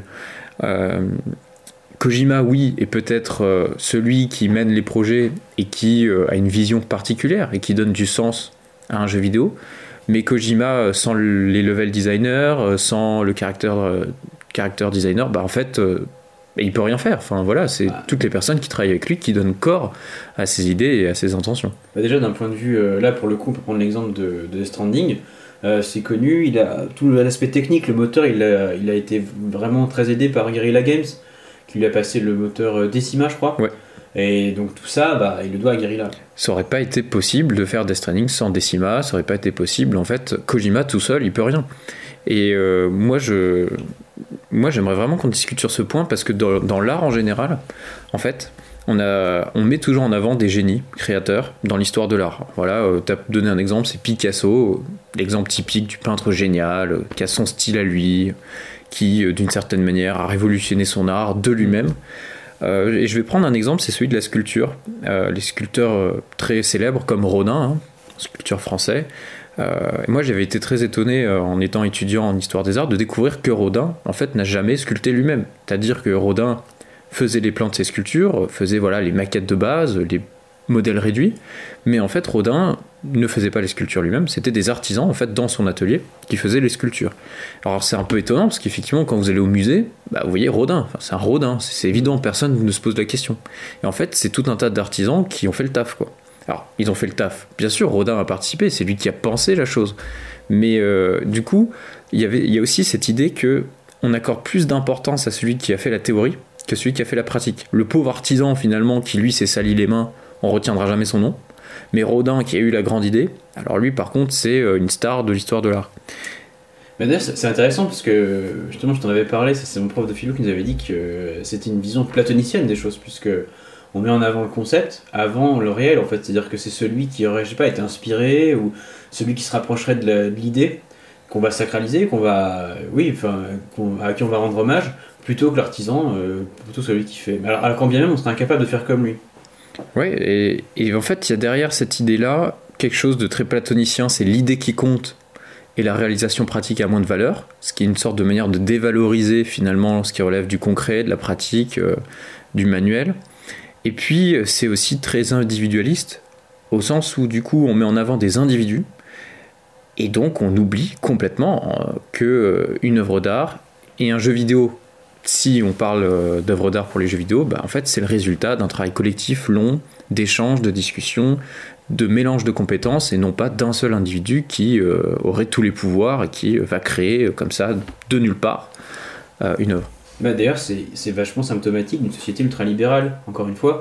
[SPEAKER 1] Kojima, oui, est peut-être celui qui mène les projets et qui a une vision particulière et qui donne du sens à un jeu vidéo, mais Kojima, sans les level designers, sans le character designer, en fait, il peut rien faire. Enfin voilà, c'est toutes les personnes qui travaillent avec lui qui donnent corps à ses idées et à ses intentions.
[SPEAKER 2] Déjà d'un point de vue, là pour le coup, on peut prendre l'exemple de Death Stranding. C'est connu, il a tout l'aspect technique, le moteur, il a été vraiment très aidé par Guerrilla Games, qui lui a passé le moteur Decima, je crois.
[SPEAKER 1] Ouais.
[SPEAKER 2] Et donc tout ça, il le doit à Guerrilla.
[SPEAKER 1] Ça aurait pas été possible de faire Death Stranding sans Decima, ça aurait pas été possible. En fait, Kojima tout seul, il peut rien. Et moi, j'aimerais vraiment qu'on discute sur ce point parce que dans l'art en général, en fait, on met toujours en avant des génies créateurs dans l'histoire de l'art. Voilà, tu as donné un exemple, c'est Picasso, l'exemple typique du peintre génial, qui a son style à lui, qui, d'une certaine manière, a révolutionné son art de lui-même. Et je vais prendre un exemple, c'est celui de la sculpture. Les sculpteurs très célèbres comme Rodin, sculpteur français. Et moi, j'avais été très étonné en étant étudiant en histoire des arts de découvrir que Rodin, en fait, n'a jamais sculpté lui-même. C'est-à-dire que Rodin faisait les plans de ses sculptures, faisait les maquettes de base, les modèles réduits, mais en fait Rodin ne faisait pas les sculptures lui-même, c'était des artisans en fait dans son atelier qui faisaient les sculptures. Alors c'est un peu étonnant parce qu'effectivement quand vous allez au musée, vous voyez Rodin, c'est un Rodin, c'est évident, personne ne se pose la question. Et en fait c'est tout un tas d'artisans qui ont fait le taf quoi. Alors ils ont fait le taf, bien sûr Rodin a participé, c'est lui qui a pensé la chose, mais du coup il y a aussi cette idée que on accorde plus d'importance à celui qui a fait la théorie que celui qui a fait la pratique. Le pauvre artisan finalement qui lui s'est sali les mains, on retiendra jamais son nom, mais Rodin qui a eu la grande idée, alors lui par contre c'est une star de l'histoire de l'art.
[SPEAKER 2] Mais d'ailleurs c'est intéressant parce que justement je t'en avais parlé, ça c'est mon prof de philo qui nous avait dit que c'était une vision platonicienne des choses, puisque on met en avant le concept avant le réel en fait, c'est-à-dire que c'est celui qui aurait été inspiré ou celui qui se rapprocherait de l'idée qu'on va sacraliser, à qui on va rendre hommage, plutôt que l'artisan, plutôt celui qui fait. Alors quand bien même on serait incapable de faire comme lui.
[SPEAKER 1] Ouais, et en fait il y a derrière cette idée-là quelque chose de très platonicien, c'est l'idée qui compte et la réalisation pratique a moins de valeur, ce qui est une sorte de manière de dévaloriser finalement ce qui relève du concret, de la pratique, du manuel. Et puis c'est aussi très individualiste, au sens où du coup on met en avant des individus, et donc on oublie complètement qu'une œuvre d'art et un jeu vidéo, si on parle d'œuvres d'art pour les jeux vidéo, en fait c'est le résultat d'un travail collectif long, d'échanges, de discussions, de mélange de compétences, et non pas d'un seul individu qui aurait tous les pouvoirs et qui va créer comme ça, de nulle part, une œuvre.
[SPEAKER 2] D'ailleurs c'est vachement symptomatique d'une société ultralibérale, encore une fois,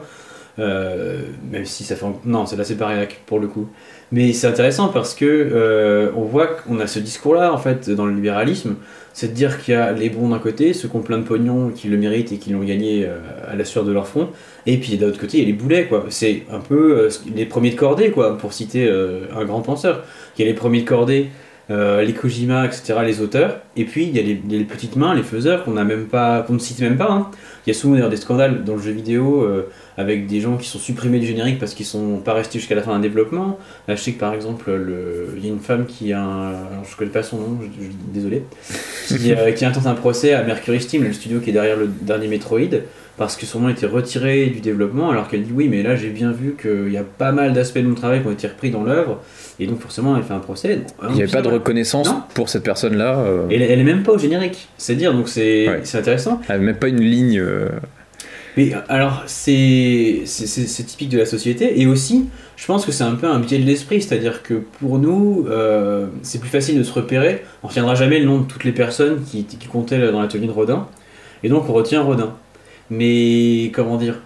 [SPEAKER 2] même si ça fait... Non, c'est pas réac pour le coup. Mais c'est intéressant parce que on voit qu'on a ce discours-là en fait dans le libéralisme, c'est de dire qu'il y a les bons d'un côté, ceux qui ont plein de pognon, qui le méritent et qui l'ont gagné à la sueur de leur front, et puis d'un autre côté il y a les boulets quoi. C'est un peu les premiers de cordée quoi, pour citer un grand penseur. Il y a les premiers de cordée, les Kojima, etc., les auteurs, et puis il y a les petites mains, les faiseurs qu'on ne cite même pas. Hein. Il y a souvent d'ailleurs des scandales dans le jeu vidéo avec des gens qui sont supprimés du générique parce qu'ils sont pas restés jusqu'à la fin d'un développement. Là, je sais que par exemple, il y a une femme qui a alors je connais pas son nom, désolé, qui intente un procès à Mercury Steam, le studio qui est derrière le dernier Metroid, parce que son nom était retiré du développement, alors qu'elle dit oui, mais là j'ai bien vu qu'il y a pas mal d'aspects de mon travail qui ont été repris dans l'œuvre, et donc forcément elle fait un procès.
[SPEAKER 1] Il n'y avait pas de reconnaissance pour cette personne-là.
[SPEAKER 2] Elle est même pas au générique, c'est dire, donc c'est intéressant.
[SPEAKER 1] Elle n'avait même pas une ligne.
[SPEAKER 2] Mais alors c'est typique de la société, et aussi je pense que c'est un peu un biais de l'esprit, c'est-à-dire que pour nous c'est plus facile de se repérer, on ne retiendra jamais le nom de toutes les personnes qui comptaient dans l'atelier de Rodin, et donc on retient Rodin. Mais comment dire,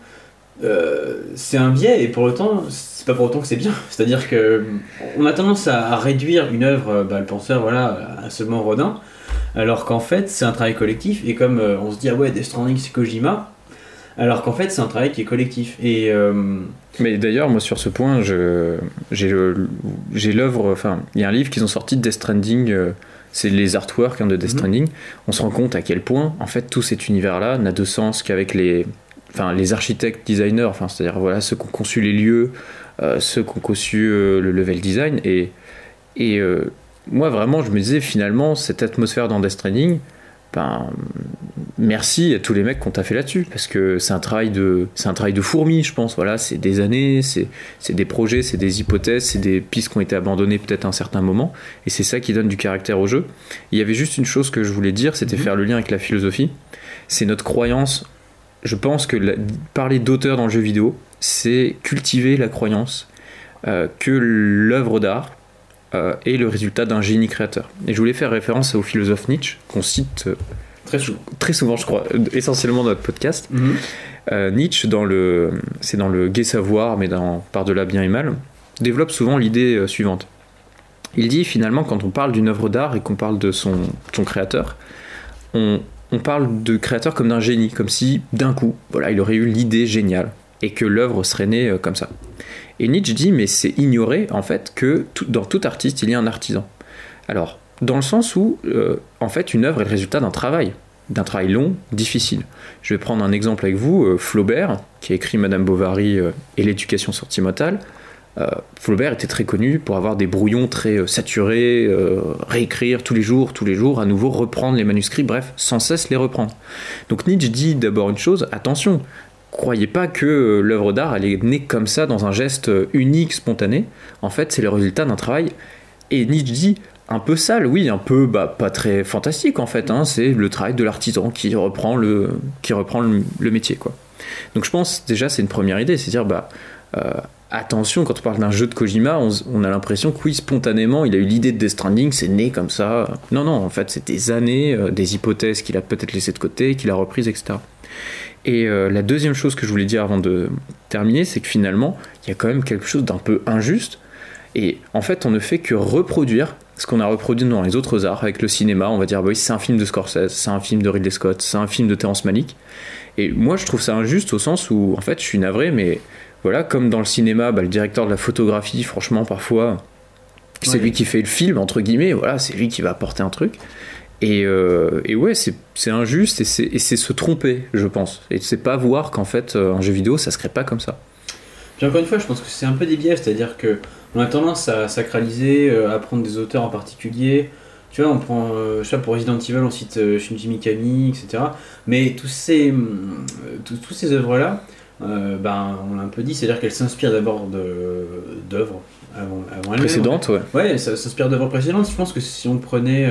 [SPEAKER 2] c'est un biais, et pour autant c'est pas pour autant que c'est bien, c'est-à-dire que on a tendance à réduire une œuvre, le penseur à seulement Rodin, alors qu'en fait c'est un travail collectif, et comme on se dit ah ouais Death Stranding c'est Kojima, alors qu'en fait c'est un travail qui est collectif. Et
[SPEAKER 1] mais d'ailleurs moi sur ce point j'ai l'œuvre, il y a un livre qu'ils ont sorti de Death Stranding, c'est les artworks de Death Stranding. On se rend compte à quel point en fait tout cet univers là n'a de sens qu'avec les architectes designers, c'est-à-dire ceux qui ont conçu les lieux, ceux qui ont conçu le level design, et moi vraiment je me disais finalement cette atmosphère dans Death Stranding, ben, merci à tous les mecs qu'on t'a fait là-dessus, parce que c'est un travail de fourmi, je pense. Voilà, c'est des années, c'est des projets, c'est des hypothèses, c'est des pistes qui ont été abandonnées peut-être à un certain moment, et c'est ça qui donne du caractère au jeu. Il y avait juste une chose que je voulais dire, c'était faire le lien avec la philosophie. C'est notre croyance. Je pense que parler d'auteur dans le jeu vidéo, c'est cultiver la croyance que l'œuvre d'art est le résultat d'un génie créateur. Et je voulais faire référence au philosophe Nietzsche, qu'on cite très souvent, je crois, essentiellement dans notre podcast. Nietzsche, c'est dans le Gai Savoir, mais Par-delà bien et mal, développe souvent l'idée suivante. Il dit finalement, quand on parle d'une œuvre d'art et qu'on parle de son créateur, on parle de créateur comme d'un génie, comme si d'un coup, voilà, il aurait eu l'idée géniale et que l'œuvre serait née comme ça. Et Nietzsche dit, mais c'est ignorer en fait que dans tout artiste, il y a un artisan. Alors, dans le sens où, en fait, une œuvre est le résultat d'un travail long, difficile. Je vais prendre un exemple avec vous, Flaubert, qui a écrit Madame Bovary et l'éducation sentimentale. Flaubert était très connu pour avoir des brouillons très saturés, réécrire tous les jours, à nouveau reprendre les manuscrits, bref, sans cesse les reprendre. Donc Nietzsche dit d'abord une chose, attention, croyez pas que l'œuvre d'art elle est née comme ça dans un geste unique, spontané. En fait, c'est le résultat d'un travail. Et Nietzsche dit un peu sale, oui, un peu pas très fantastique en fait. Hein, c'est le travail de l'artisan qui reprend le métier, quoi. Donc je pense déjà c'est une première idée, c'est dire attention, quand on parle d'un jeu de Kojima, on a l'impression que oui, spontanément, il a eu l'idée de Death Stranding, c'est né comme ça. Non, en fait, c'est des années, des hypothèses qu'il a peut-être laissées de côté, qu'il a reprises, etc. Et la deuxième chose que je voulais dire avant de terminer, c'est que finalement, il y a quand même quelque chose d'un peu injuste. Et en fait, on ne fait que reproduire ce qu'on a reproduit dans les autres arts, avec le cinéma. On va dire, oui, c'est un film de Scorsese, c'est un film de Ridley Scott, c'est un film de Terrence Malick. Et moi, je trouve ça injuste au sens où, en fait, je suis navré, mais voilà, comme dans le cinéma, le directeur de la photographie, franchement, parfois, c'est lui qui fait le film, entre guillemets, voilà, c'est lui qui va apporter un truc. Et ouais, c'est injuste et c'est se tromper, je pense. Et c'est pas voir qu'en fait, un jeu vidéo, ça se crée pas comme ça.
[SPEAKER 2] Puis encore une fois, je pense que c'est un peu des biais, c'est-à-dire qu'on a tendance à sacraliser, à prendre des auteurs en particulier. Tu vois, on prend, je sais pas, pour Resident Evil, on cite Shinji Mikami, etc. Mais tous ces œuvres-là, on l'a un peu dit, c'est-à-dire qu'elles s'inspirent d'abord d'œuvres avant elles-mêmes.
[SPEAKER 1] Précédentes, ouais.
[SPEAKER 2] Ouais, ça s'inspire d'œuvres précédentes. Je pense que si on prenait,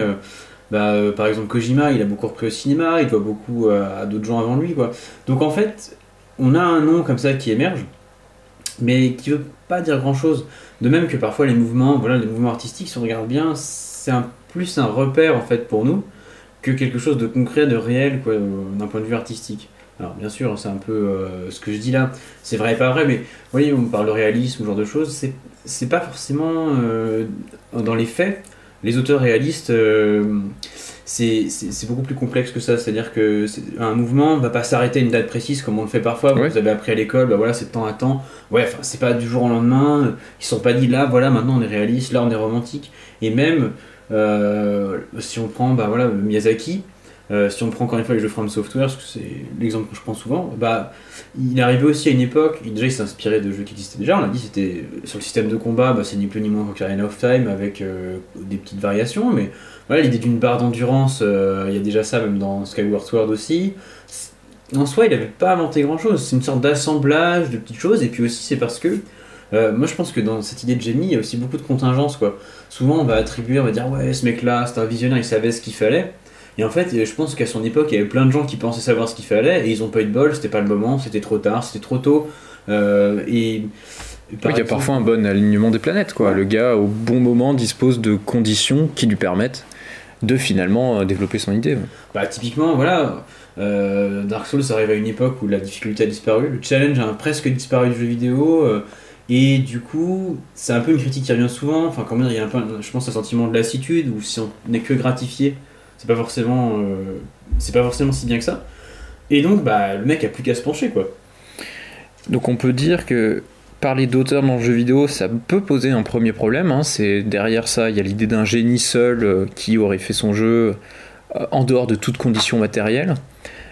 [SPEAKER 2] par exemple, Kojima, il a beaucoup repris au cinéma, il doit beaucoup à d'autres gens avant lui, quoi. Donc en fait, on a un nom comme ça qui émerge, mais qui veut pas dire grand-chose. De même que parfois les mouvements artistiques, si on regarde bien, c'est plus un repère en fait pour nous que quelque chose de concret, de réel, quoi, d'un point de vue artistique. Alors bien sûr, c'est un peu ce que je dis là, c'est vrai et pas vrai, mais vous voyez, on parle de réalisme, ce genre de choses, c'est pas forcément dans les faits. Les auteurs réalistes, c'est beaucoup plus complexe que ça, c'est-à-dire que un mouvement va pas s'arrêter à une date précise comme on le fait parfois. Ouais. Vous avez appris à l'école, voilà, c'est de temps à temps. Ouais, enfin, c'est pas du jour au lendemain. Ils sont pas dit là, voilà, maintenant on est réaliste, là on est romantique. Et même si on prend, Miyazaki. Si on prend encore une fois les jeux From Software, parce que c'est l'exemple que je prends souvent, il est arrivé aussi à une époque, déjà il s'est inspiré de jeux qui existaient déjà, on l'a dit, c'était sur le système de combat, c'est ni plus ni moins qu'Ocarina of Time avec des petites variations, mais voilà, l'idée d'une barre d'endurance, il y a déjà ça même dans Skyward Sword aussi. En soi, il n'avait pas inventé grand chose, c'est une sorte d'assemblage de petites choses, et puis aussi c'est parce que moi je pense que dans cette idée de génie, il y a aussi beaucoup de contingences, quoi. Souvent on va dire ouais, ce mec là, c'est un visionnaire, il savait ce qu'il fallait. Et en fait, je pense qu'à son époque, il y avait plein de gens qui pensaient savoir ce qu'il fallait et ils n'ont pas eu de bol, c'était pas le moment, c'était trop tard, c'était trop tôt. Il
[SPEAKER 1] y a parfois un bon alignement des planètes, quoi. Ouais. Le gars, au bon moment, dispose de conditions qui lui permettent de finalement développer son idée.
[SPEAKER 2] Typiquement, voilà, Dark Souls arrive à une époque où la difficulté a disparu, le challenge a presque disparu du jeu vidéo. Et du coup, c'est un peu une critique qui revient souvent. Enfin, comment dire, il y a un peu, je pense, un sentiment de lassitude où si on n'est que gratifié, c'est pas forcément si bien que ça. Et donc le mec a plus qu'à se pencher, quoi.
[SPEAKER 1] Donc on peut dire que parler d'auteur dans le jeu vidéo, ça peut poser un premier problème, hein. C'est derrière ça, il y a l'idée d'un génie seul qui aurait fait son jeu en dehors de toute condition matérielle.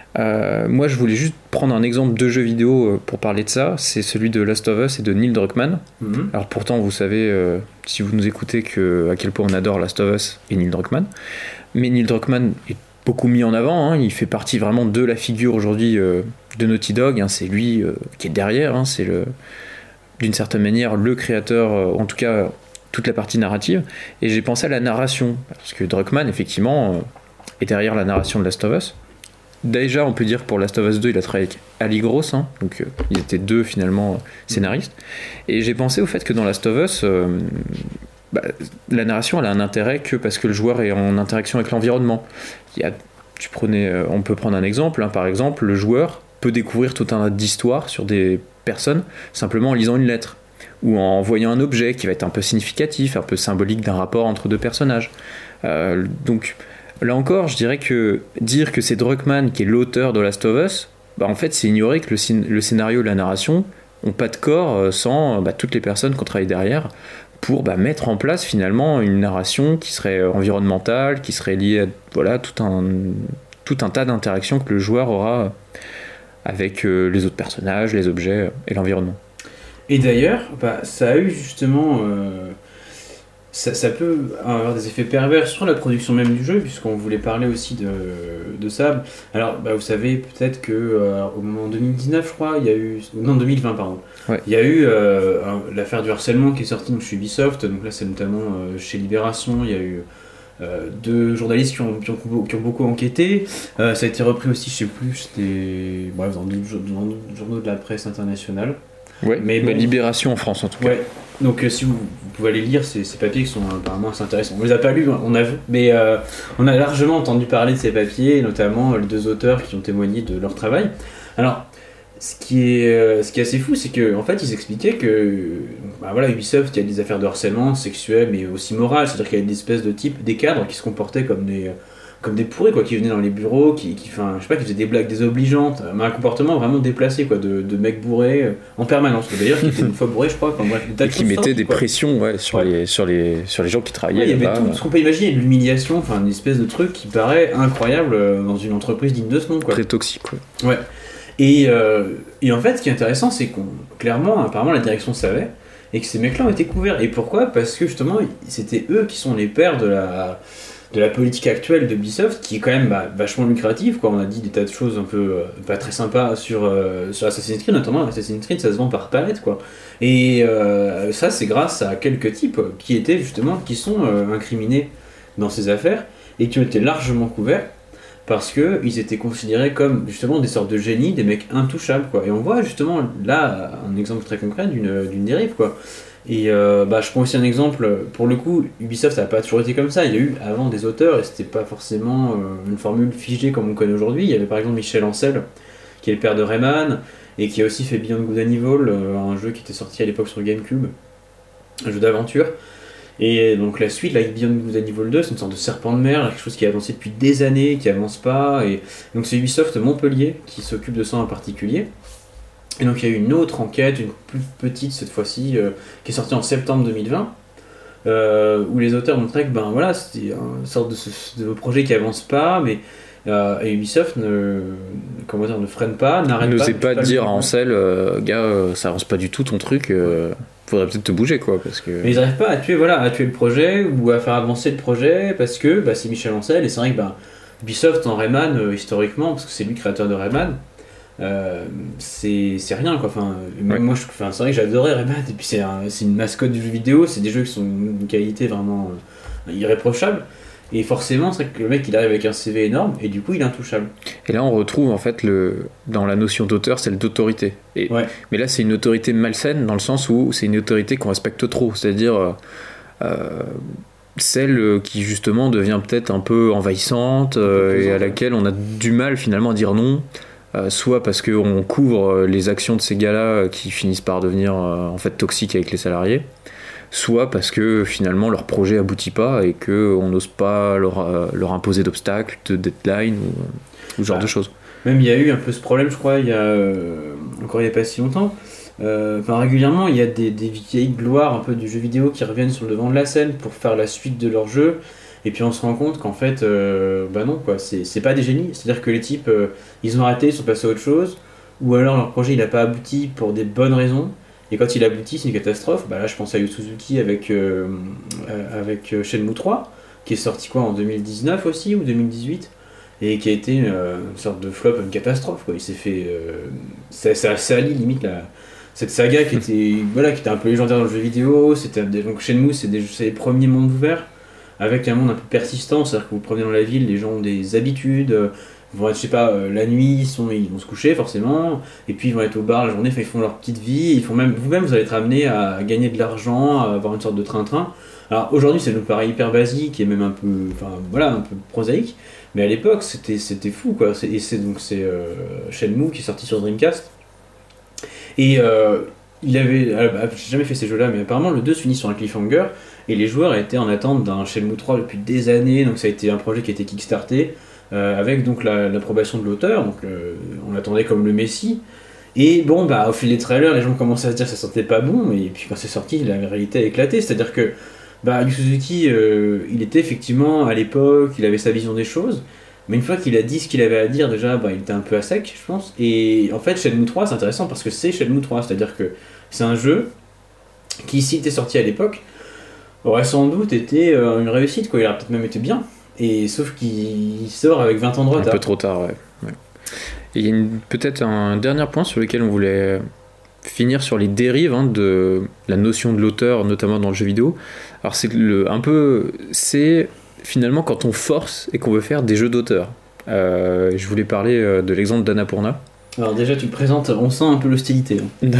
[SPEAKER 1] Moi, je voulais juste prendre un exemple de jeu vidéo pour parler de ça. C'est celui de Last of Us et de Neil Druckmann. Alors pourtant, vous savez, si vous nous écoutez, à quel point on adore Last of Us et Neil Druckmann. Mais Neil Druckmann est beaucoup mis en avant. Il fait partie vraiment de la figure aujourd'hui de Naughty Dog. C'est lui qui est derrière. C'est d'une certaine manière le créateur, en tout cas toute la partie narrative. Et j'ai pensé à la narration, parce que Druckmann, effectivement, est derrière la narration de Last of Us. Déjà, on peut dire que pour Last of Us 2, il a travaillé avec Ali Gross, donc ils étaient deux finalement scénaristes. Et j'ai pensé au fait que dans Last of Us, la narration elle a un intérêt que parce que le joueur est en interaction avec l'environnement. On peut prendre un exemple, par exemple, le joueur peut découvrir tout un tas d'histoires sur des personnes simplement en lisant une lettre ou en voyant un objet qui va être un peu significatif, un peu symbolique d'un rapport entre deux personnages. Donc là encore, je dirais que dire que c'est Druckmann qui est l'auteur de Last of Us, en fait, c'est ignorer que le scénario et la narration n'ont pas de corps sans toutes les personnes qui ont travaillé derrière pour mettre en place finalement une narration qui serait environnementale, qui serait liée à tout un tas d'interactions que le joueur aura avec les autres personnages, les objets et l'environnement.
[SPEAKER 2] Et d'ailleurs, ça a eu justement... Ça peut avoir des effets pervers sur la production même du jeu, puisqu'on voulait parler aussi de ça. Alors, vous savez peut-être que au moment 2019, je crois, il y a eu... Non, 2020, pardon. Ouais. Il y a eu l'affaire du harcèlement qui est sortie chez Ubisoft, donc là c'est notamment chez Libération, il y a eu deux journalistes qui ont beaucoup enquêté. Ça a été repris aussi, je sais plus, c'était dans d'autres journaux de la presse internationale.
[SPEAKER 1] Ouais, mais Libération en France en tout cas.
[SPEAKER 2] Ouais. Donc si vous pouvez aller lire ces papiers qui sont apparemment assez intéressants. On les a pas lus, on a vu, mais on a largement entendu parler de ces papiers, notamment les deux auteurs qui ont témoigné de leur travail. Alors, ce qui est assez fou, c'est que en fait ils expliquaient que Ubisoft, il y a des affaires de harcèlement sexuel, mais aussi moral, c'est-à-dire qu'il y a des espèces de types, des cadres qui se comportaient comme des pourris qui venaient dans les bureaux, qui faisaient des blagues désobligeantes, mais un comportement vraiment déplacé de mecs bourrés en permanence. D'ailleurs, qui était une fois bourré, je crois.
[SPEAKER 1] Et qui mettaient des pressions sur les gens qui travaillaient.
[SPEAKER 2] Il y avait tout ce qu'on peut imaginer, de l'humiliation, une espèce de truc qui paraît incroyable dans une entreprise digne de ce nom.
[SPEAKER 1] Très toxique.
[SPEAKER 2] Ouais. Et en fait, ce qui est intéressant, c'est clairement, apparemment, la direction savait et que ces mecs-là ont été couverts. Et pourquoi ? Parce que justement, c'était eux qui sont les pères de la politique actuelle de Ubisoft, qui est quand même vachement lucrative. On a dit des tas de choses un peu pas très sympas sur Assassin's Creed, notamment Assassin's Creed, ça se vend par palette, Et ça, c'est grâce à quelques types qui sont incriminés dans ces affaires et qui ont été largement couverts parce qu'ils étaient considérés comme justement des sortes de génies, des mecs intouchables, Et on voit justement là un exemple très concret d'une dérive, Et je prends aussi un exemple, pour le coup, Ubisoft ça n'a pas toujours été comme ça, il y a eu avant des auteurs et c'était pas forcément une formule figée comme on connaît aujourd'hui. Il y avait par exemple Michel Ancel, qui est le père de Rayman, et qui a aussi fait Beyond Good and Evil, un jeu qui était sorti à l'époque sur GameCube, un jeu d'aventure. Et donc la suite, Beyond Good and Evil 2, c'est une sorte de serpent de mer, quelque chose qui a avancé depuis des années, qui avance pas, et donc c'est Ubisoft Montpellier qui s'occupe de ça en particulier. Et donc il y a eu une autre enquête, une plus petite cette fois-ci, qui est sortie en septembre 2020, où les auteurs montraient que c'était une sorte de projet qui avance pas, mais et Ubisoft ne freine pas, n'arrête pas.
[SPEAKER 1] N'osez pas dire à Ansel, gars, ça avance pas du tout ton truc, faudrait peut-être te bouger parce que.
[SPEAKER 2] Mais ils n'arrivent pas à tuer le projet ou à faire avancer le projet parce que c'est Michel Ancel, et c'est vrai que Ubisoft en Rayman, historiquement, parce que c'est lui le créateur de Rayman, c'est rien moi c'est vrai que j'adorais Rayman, et puis c'est une mascotte du jeu vidéo, c'est des jeux qui sont d'une qualité vraiment irréprochable, et forcément c'est vrai que le mec il arrive avec un CV énorme et du coup il est intouchable.
[SPEAKER 1] Et là on retrouve en fait dans la notion d'auteur, celle d'autorité, mais là c'est une autorité malsaine dans le sens où c'est une autorité qu'on respecte trop, c'est-à-dire celle qui justement devient peut-être un peu envahissante, et à laquelle on a du mal finalement à dire non. Soit parce qu'on couvre les actions de ces gars-là qui finissent par devenir en fait toxiques avec les salariés, soit parce que finalement leur projet aboutit pas et qu'on n'ose pas leur imposer d'obstacles, de deadline ou ce genre de choses.
[SPEAKER 2] Même il y a eu un peu ce problème, je crois, il y a pas si longtemps. Régulièrement, il y a des vieilles gloires un peu du jeu vidéo qui reviennent sur le devant de la scène pour faire la suite de leur jeu. Et puis on se rend compte qu'en fait, bah non, quoi, c'est pas des génies. C'est-à-dire que les types, ils ont raté, ils sont passés à autre chose, ou alors leur projet il a pas abouti pour des bonnes raisons. Et quand il aboutit, c'est une catastrophe. Bah là, je pense à Yu Suzuki avec Shenmue 3, qui est sorti quoi en 2019 aussi, ou 2018, et qui a été une sorte de flop, une catastrophe, quoi. Il s'est fait. Ça allie limite cette saga qui était un peu légendaire dans le jeu vidéo. Donc Shenmue, c'est les premiers mondes ouverts, avec un monde un peu persistant, c'est-à-dire que vous promenez dans la ville, les gens ont des habitudes. Ils vont être, je sais pas, la nuit, ils vont se coucher forcément, et puis ils vont être au bar la journée, ils font leur petite vie, vous-même vous allez être amené à gagner de l'argent, à avoir une sorte de train-train. Alors aujourd'hui ça nous paraît hyper basique et même un peu, un peu prosaïque, mais à l'époque c'était fou quoi. C'est Shenmue qui est sorti sur Dreamcast, et j'ai jamais fait ces jeux-là, mais apparemment le 2 se finit sur un cliffhanger, et les joueurs étaient en attente d'un Shenmue 3 depuis des années, donc ça a été un projet qui a été kickstarté. Avec donc l'approbation de l'auteur, donc on l'attendait comme le Messie. Et bon, au fil des trailers, les gens commençaient à se dire que ça sentait pas bon, et puis quand c'est sorti, la réalité a éclaté. C'est-à-dire que Yu Suzuki, il était effectivement à l'époque, il avait sa vision des choses, mais une fois qu'il a dit ce qu'il avait à dire, déjà, il était un peu à sec, je pense. Et en fait, Shenmue 3, c'est intéressant parce que c'est Shenmue 3, c'est-à-dire que c'est un jeu qui, s'il était sorti à l'époque, aurait sans doute été une réussite, quoi. Il aurait peut-être même été bien. Et sauf qu'il sort avec 20 ans de retard.
[SPEAKER 1] Un peu trop tard, ouais. Et il y a peut-être un dernier point sur lequel on voulait finir sur les dérives de la notion de l'auteur, notamment dans le jeu vidéo. Alors c'est finalement quand on force et qu'on veut faire des jeux d'auteur. Je voulais parler de l'exemple d'Annapurna.
[SPEAKER 2] Alors déjà tu le présentes, on sent un peu l'hostilité.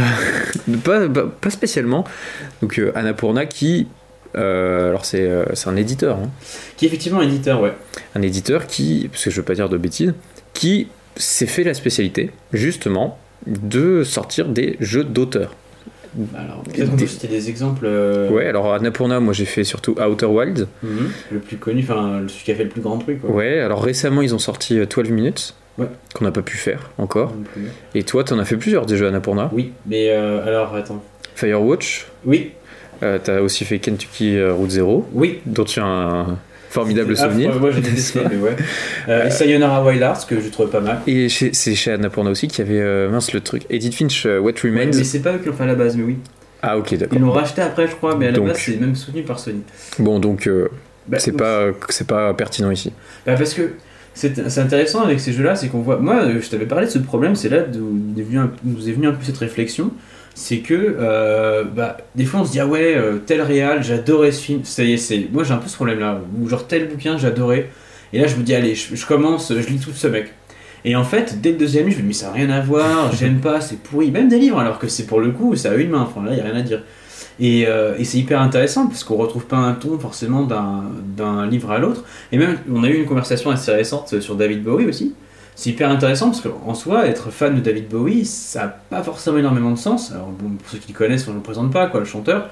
[SPEAKER 1] Pas spécialement. Donc Annapurna qui... alors c'est un éditeur
[SPEAKER 2] qui est effectivement éditeur, ouais,
[SPEAKER 1] un éditeur qui, parce que je veux pas dire de bêtises, qui s'est fait la spécialité justement de sortir des jeux d'auteur.
[SPEAKER 2] Alors peut-être qu'on peut citer des exemples.
[SPEAKER 1] Ouais, alors Annapurna, moi j'ai fait surtout Outer Wilds,
[SPEAKER 2] le plus connu, celui qui a fait le plus grand bruit, quoi.
[SPEAKER 1] Ouais, alors récemment ils ont sorti 12 minutes, ouais, qu'on n'a pas pu faire encore. Et toi t'en as fait plusieurs des jeux Annapurna.
[SPEAKER 2] Oui, mais alors attends,
[SPEAKER 1] Firewatch.
[SPEAKER 2] Oui.
[SPEAKER 1] T'as aussi fait Kentucky Route Zero,
[SPEAKER 2] oui,
[SPEAKER 1] dont tu as un formidable souvenir.
[SPEAKER 2] Moi j'ai détesté, mais ouais. Et Sayonara Wild Hearts, que j'ai trouvé pas mal.
[SPEAKER 1] Et c'est chez Annapurna aussi qu'il y avait le truc Edith Finch What Remains.
[SPEAKER 2] Ouais, mais c'est pas eux qui l'ont fait à la base, mais oui.
[SPEAKER 1] Ah ok, d'accord.
[SPEAKER 2] Ils l'ont racheté après, je crois, mais à la base c'est même soutenu par Sony.
[SPEAKER 1] Bon, donc c'est pas pertinent ici.
[SPEAKER 2] Parce que c'est intéressant avec ces jeux-là, c'est qu'on voit. Moi, je t'avais parlé de ce problème, c'est là d'où nous est venue un peu cette réflexion. C'est que des fois on se dit tel réal, j'adorais ce film, ça y est, moi j'ai un peu ce problème là, ou genre tel bouquin j'adorais, et là je me dis allez, je commence, je lis tout ce mec, et en fait dès le deuxième livre je me dis mais ça n'a rien à voir, j'aime pas, c'est pourri, même des livres, alors que c'est pour le coup ça a une main, là y a rien à dire, et c'est hyper intéressant parce qu'on retrouve pas un ton forcément d'un livre à l'autre, et même on a eu une conversation assez récente sur David Bowie aussi. C'est hyper intéressant parce qu'en soi, être fan de David Bowie, ça n'a pas forcément énormément de sens. Alors bon, pour ceux qui le connaissent, on ne le présente pas, le chanteur.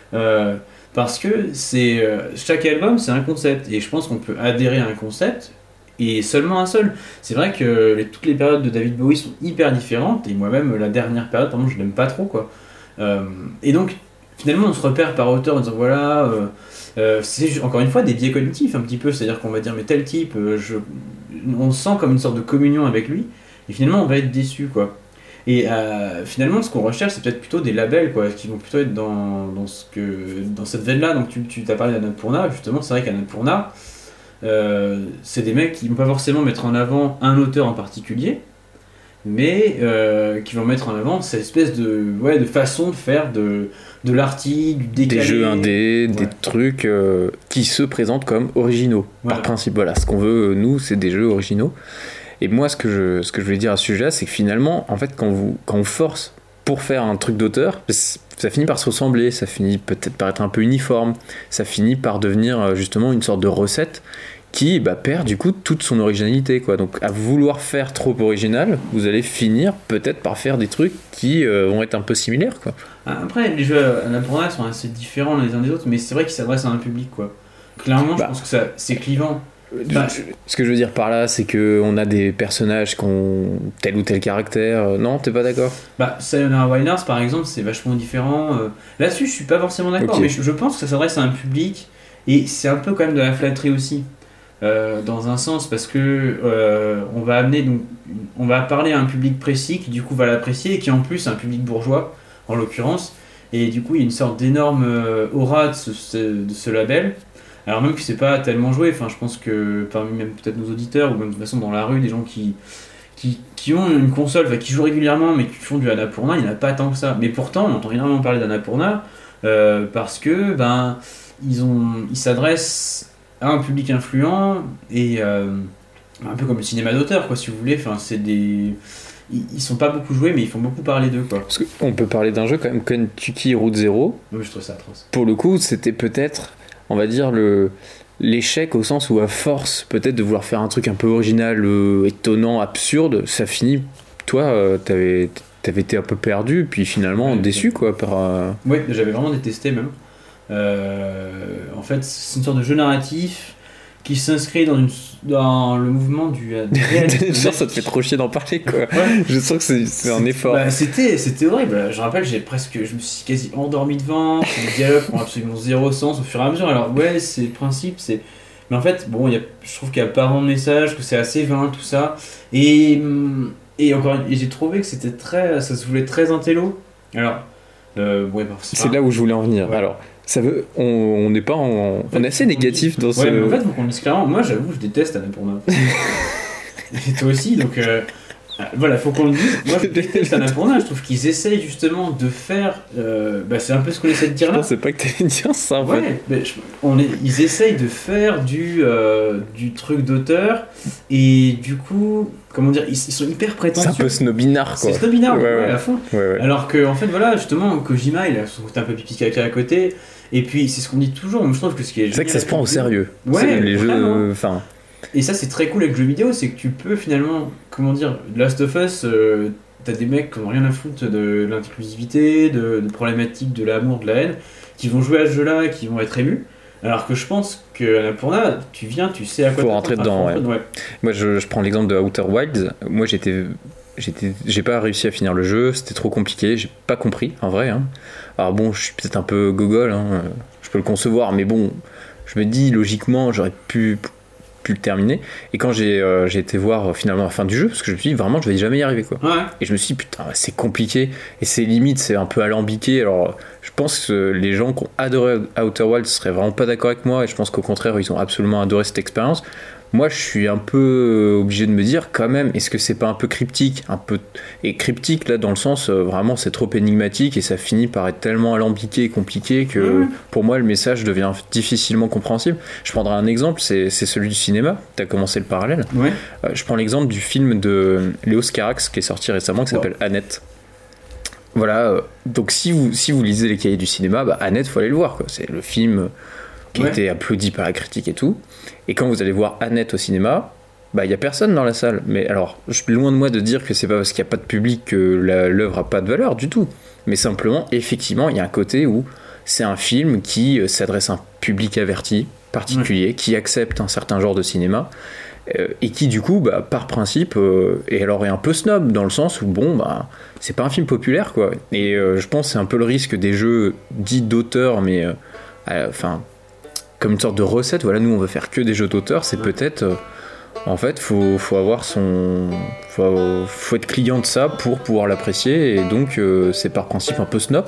[SPEAKER 2] Parce que chaque album, c'est un concept. Et je pense qu'on peut adhérer à un concept et seulement un seul. C'est vrai que toutes les périodes de David Bowie sont hyper différentes. Et moi-même, la dernière période, par exemple, je l'aime pas trop, quoi. Et donc, finalement, on se repère par auteur en disant voilà... c'est encore une fois des biais cognitifs un petit peu, c'est-à-dire qu'on va dire mais tel type, on sent comme une sorte de communion avec lui, et finalement on va être déçu, quoi. Et finalement ce qu'on recherche c'est peut-être plutôt des labels, quoi, qui vont plutôt être dans cette veine-là. Donc tu t'as parlé d'Annapurna, justement, c'est vrai qu'Annapurna c'est des mecs qui vont pas forcément mettre en avant un auteur en particulier, mais qui vont mettre en avant cette espèce de façon de faire de l'arty, du décalé. Des
[SPEAKER 1] jeux indés, des trucs qui se présentent comme originaux, par principe. Voilà, ce qu'on veut, nous, c'est des jeux originaux. Et moi, ce que je voulais dire à ce sujet-là, c'est que finalement, en fait, quand on force pour faire un truc d'auteur, ça finit par se ressembler, ça finit peut-être par être un peu uniforme, ça finit par devenir justement une sorte de recette qui perd du coup toute son originalité, quoi. Donc à vouloir faire trop original, vous allez finir peut-être par faire des trucs qui vont être un peu similaires, quoi.
[SPEAKER 2] Après les jeux Annapurna sont assez différents les uns des autres, mais c'est vrai qu'ils s'adressent à un public, quoi. Clairement je pense que c'est clivant.
[SPEAKER 1] Ce que je veux dire par là, c'est qu'on a des personnages qui ont tel ou tel caractère. Non, t'es pas d'accord?
[SPEAKER 2] Sayonara Wild Hearts par exemple, c'est vachement différent. Là-dessus je suis pas forcément d'accord, okay. Mais je pense que ça s'adresse à un public. Et c'est un peu quand même de la flatterie aussi, dans un sens, parce que on va amener, donc, on va parler à un public précis qui du coup va l'apprécier et qui en plus est un public bourgeois en l'occurrence. Et du coup, il y a une sorte d'énorme aura de ce label. Alors même que c'est pas tellement joué, enfin, je pense que parmi même peut-être nos auditeurs, ou même de toute façon dans la rue, des gens qui ont une console, enfin, qui jouent régulièrement, mais qui font du Annapurna, il n'y en a pas tant que ça. Mais pourtant, on entend énormément parler d'Annapurna, parce que ils s'adressent à un public influent, et un peu comme le cinéma d'auteur, quoi, si vous voulez. Enfin, c'est des... Ils sont pas beaucoup joués, mais ils font beaucoup parler d'eux, quoi.
[SPEAKER 1] Parce qu'on peut parler d'un jeu quand même, Kentucky Route Zero.
[SPEAKER 2] Oui, je trouve ça atroce.
[SPEAKER 1] Pour le coup, c'était peut-être, on va dire, l'échec au sens où à force peut-être de vouloir faire un truc un peu original, étonnant, absurde, ça finit... Toi, t'avais été un peu perdu, puis finalement déçu, quoi, par...
[SPEAKER 2] Oui, j'avais vraiment détesté, même. En fait, c'est une sorte de jeu narratif qui s'inscrit dans le mouvement du réalisme.
[SPEAKER 1] Genre, ça te fait trop chier d'en parler, quoi.
[SPEAKER 2] Ouais.
[SPEAKER 1] Je sens que c'est un effort.
[SPEAKER 2] C'était horrible. Je rappelle, je me suis quasi endormi devant. Les dialogues ont absolument zéro sens au fur et à mesure. Alors ouais, c'est le principe, c'est... Mais en fait, bon, je trouve qu'il n'y a pas vraiment de message, que c'est assez vain, tout ça. Et j'ai trouvé que ça se voulait très intello. Alors,
[SPEAKER 1] c'est là où je voulais en venir. Ouais. Alors, ça veut, on n'est pas on est assez négatif dans ce...
[SPEAKER 2] Ouais, mais en fait, faut qu'on dise clairement, moi j'avoue, je déteste Annapurna. Et toi aussi, donc voilà, faut qu'on le dise. Moi je déteste Annapurna, je trouve qu'ils essayent justement de faire... c'est un peu ce qu'on essaie de dire là.
[SPEAKER 1] Je pensais pas que t'allais dire ça en fait.
[SPEAKER 2] Mais ils essayent de faire du truc d'auteur, et du coup, comment dire, ils sont hyper prétentieux.
[SPEAKER 1] C'est un peu snobinard, quoi.
[SPEAKER 2] C'est snobinard, ouais, à fond.
[SPEAKER 1] Ouais.
[SPEAKER 2] Alors que, en fait, voilà, justement, Kojima, il a son côté un peu pipi caca à côté. Et puis, c'est ce qu'on dit toujours. Moi, je trouve que ce qui est génial.
[SPEAKER 1] C'est vrai que ça se prend au sérieux.
[SPEAKER 2] Ouais,
[SPEAKER 1] les jeux.
[SPEAKER 2] Et ça, c'est très cool avec le jeu vidéo, c'est que tu peux finalement, comment dire, Last of Us, t'as des mecs qui n'ont rien à foutre de l'inclusivité, de problématiques de l'amour, de la haine, qui vont jouer à ce jeu-là et qui vont être émus. Alors que je pense que Annapurna, tu sais à quoi
[SPEAKER 1] faut rentrer dedans. Ouais. Moi, je prends l'exemple de Outer Wilds. Moi, j'ai pas réussi à finir le jeu, c'était trop compliqué, j'ai pas compris en vrai. Hein. Alors bon, je suis peut-être un peu gogol, hein, je peux le concevoir, mais bon, je me dis logiquement, j'aurais pu le terminer. Et quand j'ai été voir finalement la fin du jeu, parce que je me suis dit vraiment, je vais jamais y arriver, quoi.
[SPEAKER 2] Ouais.
[SPEAKER 1] Et je me suis dit putain, c'est compliqué et c'est limite, c'est un peu alambiqué. Alors je pense que les gens qui ont adoré Outer Wilds seraient vraiment pas d'accord avec moi, et je pense qu'au contraire, ils ont absolument adoré cette expérience. Moi, je suis un peu obligé de me dire quand même, est-ce que c'est pas un peu cryptique, et cryptique là dans le sens vraiment c'est trop énigmatique et ça finit par être tellement alambiqué et compliqué que pour moi le message devient difficilement compréhensible. Je prendrai un exemple, c'est celui du cinéma. T'as commencé le parallèle.
[SPEAKER 2] Ouais.
[SPEAKER 1] Je prends l'exemple du film de Léos Carax qui est sorti récemment qui s'appelle Annette. Voilà. Donc si vous lisez les cahiers du cinéma, Annette, faut aller le voir, quoi. C'est le film qui a été applaudi par la critique et tout. Et quand vous allez voir Annette au cinéma, il y a personne dans la salle. Mais alors, je suis loin de moi de dire que c'est pas parce qu'il n'y a pas de public que l'œuvre a pas de valeur du tout. Mais simplement, effectivement, il y a un côté où c'est un film qui s'adresse à un public averti, particulier, qui accepte un certain genre de cinéma, et qui du coup, par principe, est un peu snob, dans le sens où, c'est pas un film populaire, quoi. Et je pense que c'est un peu le risque des jeux dits d'auteur, mais comme une sorte de recette. Voilà, nous on veut faire que des jeux d'auteur, c'est peut-être en fait faut avoir faut être client de ça pour pouvoir l'apprécier, et donc c'est par principe un peu snob.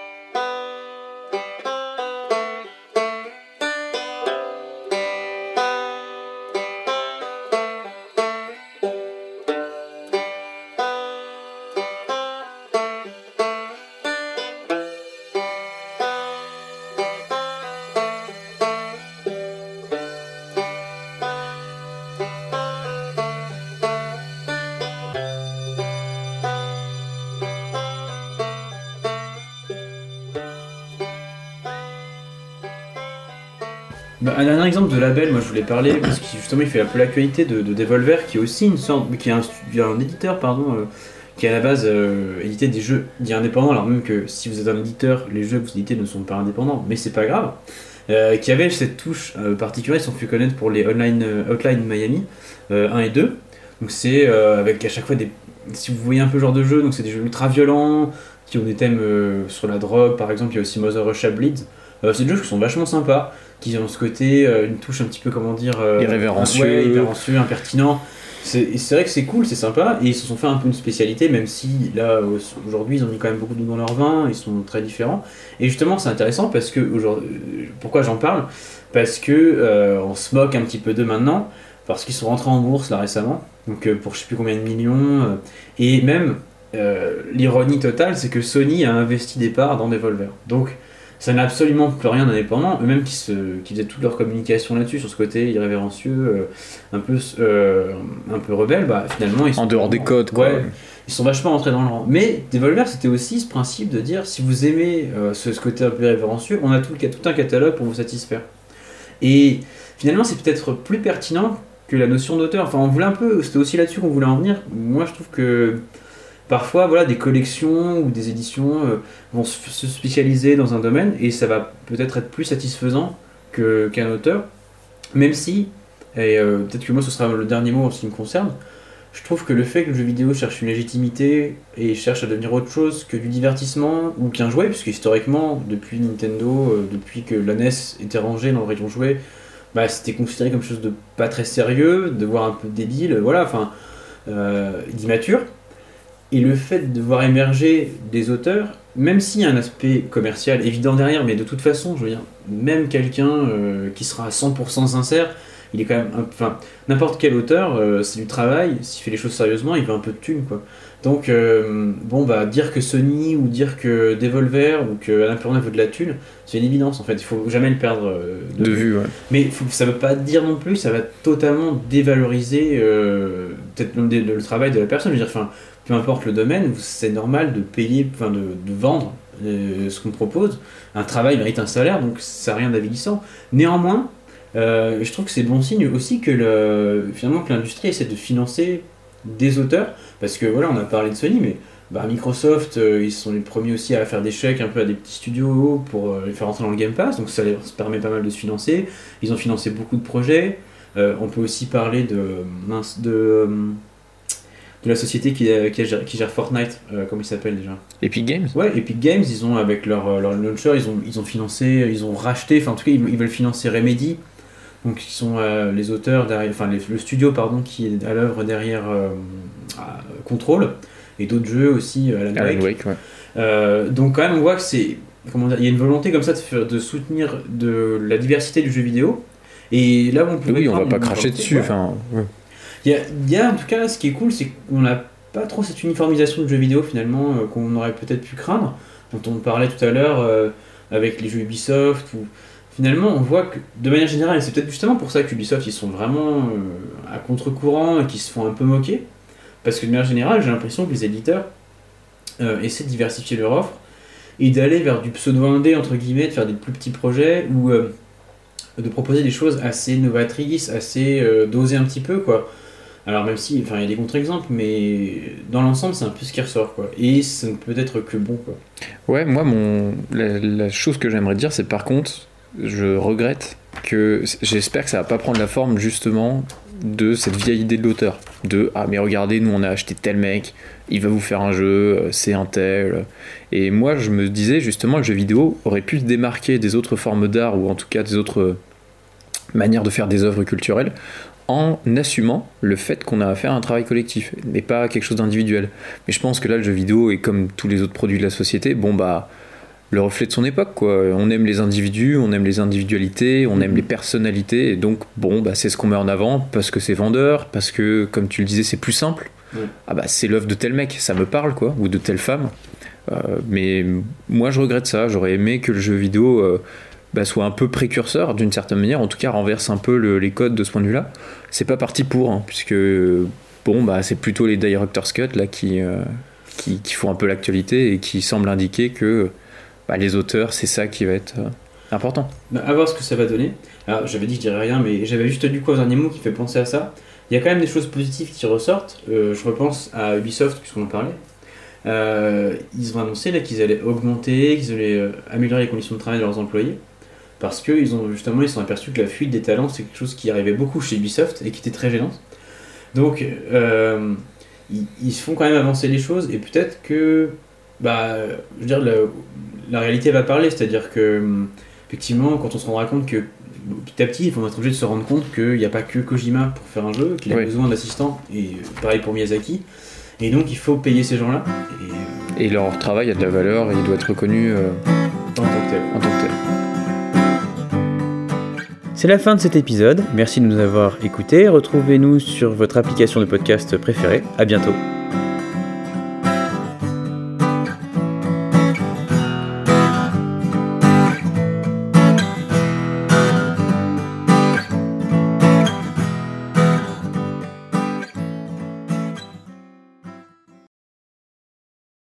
[SPEAKER 2] Un dernier exemple de label, moi je voulais parler, parce que justement il fait un peu l'actualité de Devolver, qui est aussi une sorte, qui est un éditeur, qui à la base éditait des jeux dits indépendants, alors même que si vous êtes un éditeur, les jeux que vous éditez ne sont pas indépendants, mais c'est pas grave, qui avait cette touche particulière. Ils se sont fait connaître pour les Hotline Miami 1 et 2, donc c'est avec à chaque fois si vous voyez un peu le genre de jeu, donc c'est des jeux ultra violents, qui ont des thèmes sur la drogue par exemple. Il y a aussi Mother Russia Bleeds, C'est des jeux qui sont vachement sympas, qui ont ce côté, une touche un petit peu, comment dire...
[SPEAKER 1] irrévérencieux.
[SPEAKER 2] Irrévérencieux, impertinent. C'est vrai que c'est cool, c'est sympa, et ils se sont fait un peu une spécialité, même si là, aujourd'hui, ils ont mis quand même beaucoup d'eau dans leur vin, ils sont très différents. Et justement, c'est intéressant parce que, pourquoi j'en parle? Parce que on se moque un petit peu d'eux maintenant, parce qu'ils sont rentrés en bourse là récemment, donc pour je sais plus combien de millions, et même l'ironie totale, c'est que Sony a investi des parts dans Devolver. Donc ça n'a absolument plus rien d'indépendant, eux-mêmes qui faisaient toute leur communication là-dessus, sur ce côté irrévérencieux, un peu rebelle, bah finalement ils sont
[SPEAKER 1] en dehors des codes, quoi.
[SPEAKER 2] Ouais, ils sont vachement rentrés dans le rang. Mais Devolver, c'était aussi ce principe de dire, si vous aimez ce côté un peu irrévérencieux, on a tout un catalogue pour vous satisfaire. Et finalement, c'est peut-être plus pertinent que la notion d'auteur. Enfin, on voulait un peu, c'était aussi là-dessus qu'on voulait en venir. Moi, je trouve que parfois, voilà, des collections ou des éditions vont se spécialiser dans un domaine et ça va peut-être être plus satisfaisant qu'un auteur. Même si, et peut-être que moi ce sera le dernier mot en ce qui me concerne, je trouve que le fait que le jeu vidéo cherche une légitimité et cherche à devenir autre chose que du divertissement ou qu'un jouet, puisque historiquement, depuis Nintendo, depuis que la NES était rangée dans le rayon jouet, bah, c'était considéré comme quelque chose de pas très sérieux, de voir un peu débile, voilà, enfin, d'immature. Et le fait de voir émerger des auteurs, même s'il y a un aspect commercial évident derrière, mais de toute façon, je veux dire, même quelqu'un qui sera à 100% sincère, il est quand même, enfin, n'importe quel auteur, c'est du travail, s'il fait les choses sérieusement, il veut un peu de thunes, quoi. Donc, bon, bah, dire que Sony ou dire que Devolver ou que Alain Purna veut de la thune, c'est une évidence en fait, il faut jamais le perdre
[SPEAKER 1] de vue. Ouais.
[SPEAKER 2] Mais ça veut pas dire non plus, ça va totalement dévaloriser peut-être même le travail de la personne. Je veux dire, enfin, peu importe le domaine, c'est normal de payer, enfin de vendre ce qu'on propose. Un travail mérite un salaire, donc ça n'a rien d'avilissant. Néanmoins, je trouve que c'est bon signe aussi que finalement que l'industrie essaie de financer des auteurs, parce que voilà, on a parlé de Sony, mais bah, Microsoft, ils sont les premiers aussi à faire des chèques un peu à des petits studios pour les faire rentrer dans le Game Pass, donc ça leur permet pas mal de se financer. Ils ont financé beaucoup de projets. On peut aussi parler de la société qui gère Fortnite, comment il s'appelle déjà?
[SPEAKER 1] Epic Games.
[SPEAKER 2] Ouais, Epic Games, ils ont avec leur launcher, ils ont financé, ils ont racheté, enfin en tout cas ils veulent financer Remedy, donc qui sont les auteurs derrière, enfin le studio pardon qui est à l'œuvre derrière Control et d'autres jeux aussi, Alan Wake. Ouais. Donc quand même on voit que c'est, comment dire, il y a une volonté comme ça de soutenir de la diversité du jeu vidéo. Et là on peut
[SPEAKER 1] on va pas cracher dessus, enfin. Ouais.
[SPEAKER 2] Il y a en tout cas, ce qui est cool, c'est qu'on n'a pas trop cette uniformisation de jeux vidéo finalement qu'on aurait peut-être pu craindre, dont on parlait tout à l'heure avec les jeux Ubisoft. Finalement, on voit que de manière générale, et c'est peut-être justement pour ça qu'Ubisoft ils sont vraiment à contre-courant et qu'ils se font un peu moquer, parce que de manière générale, j'ai l'impression que les éditeurs essaient de diversifier leur offre et d'aller vers du pseudo-indé, entre guillemets, de faire des plus petits projets ou de proposer des choses assez novatrices, assez d'oser un petit peu, quoi. Alors même si, enfin, il y a des contre-exemples, mais dans l'ensemble, c'est un peu ce qui ressort, quoi. Et ça ne peut être que bon, quoi.
[SPEAKER 1] Ouais, moi, la chose que j'aimerais dire, c'est par contre, je regrette j'espère que ça va pas prendre la forme justement de cette vieille idée de l'auteur. Ah mais regardez, nous on a acheté tel mec, il va vous faire un jeu, c'est un tel. Et moi, je me disais justement, le jeu vidéo aurait pu se démarquer des autres formes d'art ou en tout cas des autres manières de faire des œuvres culturelles, en assumant le fait qu'on a affaire à un travail collectif, mais pas quelque chose d'individuel. Mais je pense que là, le jeu vidéo, est comme tous les autres produits de la société, bon bah, le reflet de son époque, quoi. On aime les individus, on aime les individualités, on aime les personnalités, et donc, bon, bah, c'est ce qu'on met en avant, parce que c'est vendeur, parce que, comme tu le disais, c'est plus simple. Ah bah, c'est l'œuvre de tel mec, ça me parle, quoi, ou de telle femme. Mais moi, je regrette ça, j'aurais aimé que le jeu vidéo... soit un peu précurseur d'une certaine manière, en tout cas renverse un peu les codes de ce point de vue-là. C'est pas parti pour, hein, puisque bon, bah, c'est plutôt les Director's Cut là, qui font un peu l'actualité et qui semblent indiquer que les auteurs, c'est ça qui va être important.
[SPEAKER 2] À voir ce que ça va donner. Alors, j'avais dit que je dirais rien, mais j'avais juste lu quoi, un dernier mot qui fait penser à ça. Il y a quand même des choses positives qui ressortent. Je repense à Ubisoft, puisqu'on en parlait. Ils ont annoncé là, qu'ils allaient augmenter, qu'ils allaient améliorer les conditions de travail de leurs employés. Parce qu'ils ils sont aperçus que la fuite des talents, c'est quelque chose qui arrivait beaucoup chez Ubisoft et qui était très gênant. Donc, ils font quand même avancer les choses et peut-être que, je veux dire, la réalité va parler, c'est-à-dire que effectivement, quand on se rendra compte que petit à petit, il faut être obligé de se rendre compte qu'il n'y a pas que Kojima pour faire un jeu, qu'il a besoin d'assistants, et pareil pour Miyazaki. Et donc il faut payer ces gens-là.
[SPEAKER 1] Et leur travail a de la valeur et il doit être reconnu
[SPEAKER 2] en tant que tel.
[SPEAKER 3] C'est la fin de cet épisode. Merci de nous avoir écoutés. Retrouvez-nous sur votre application de podcast préférée. À bientôt.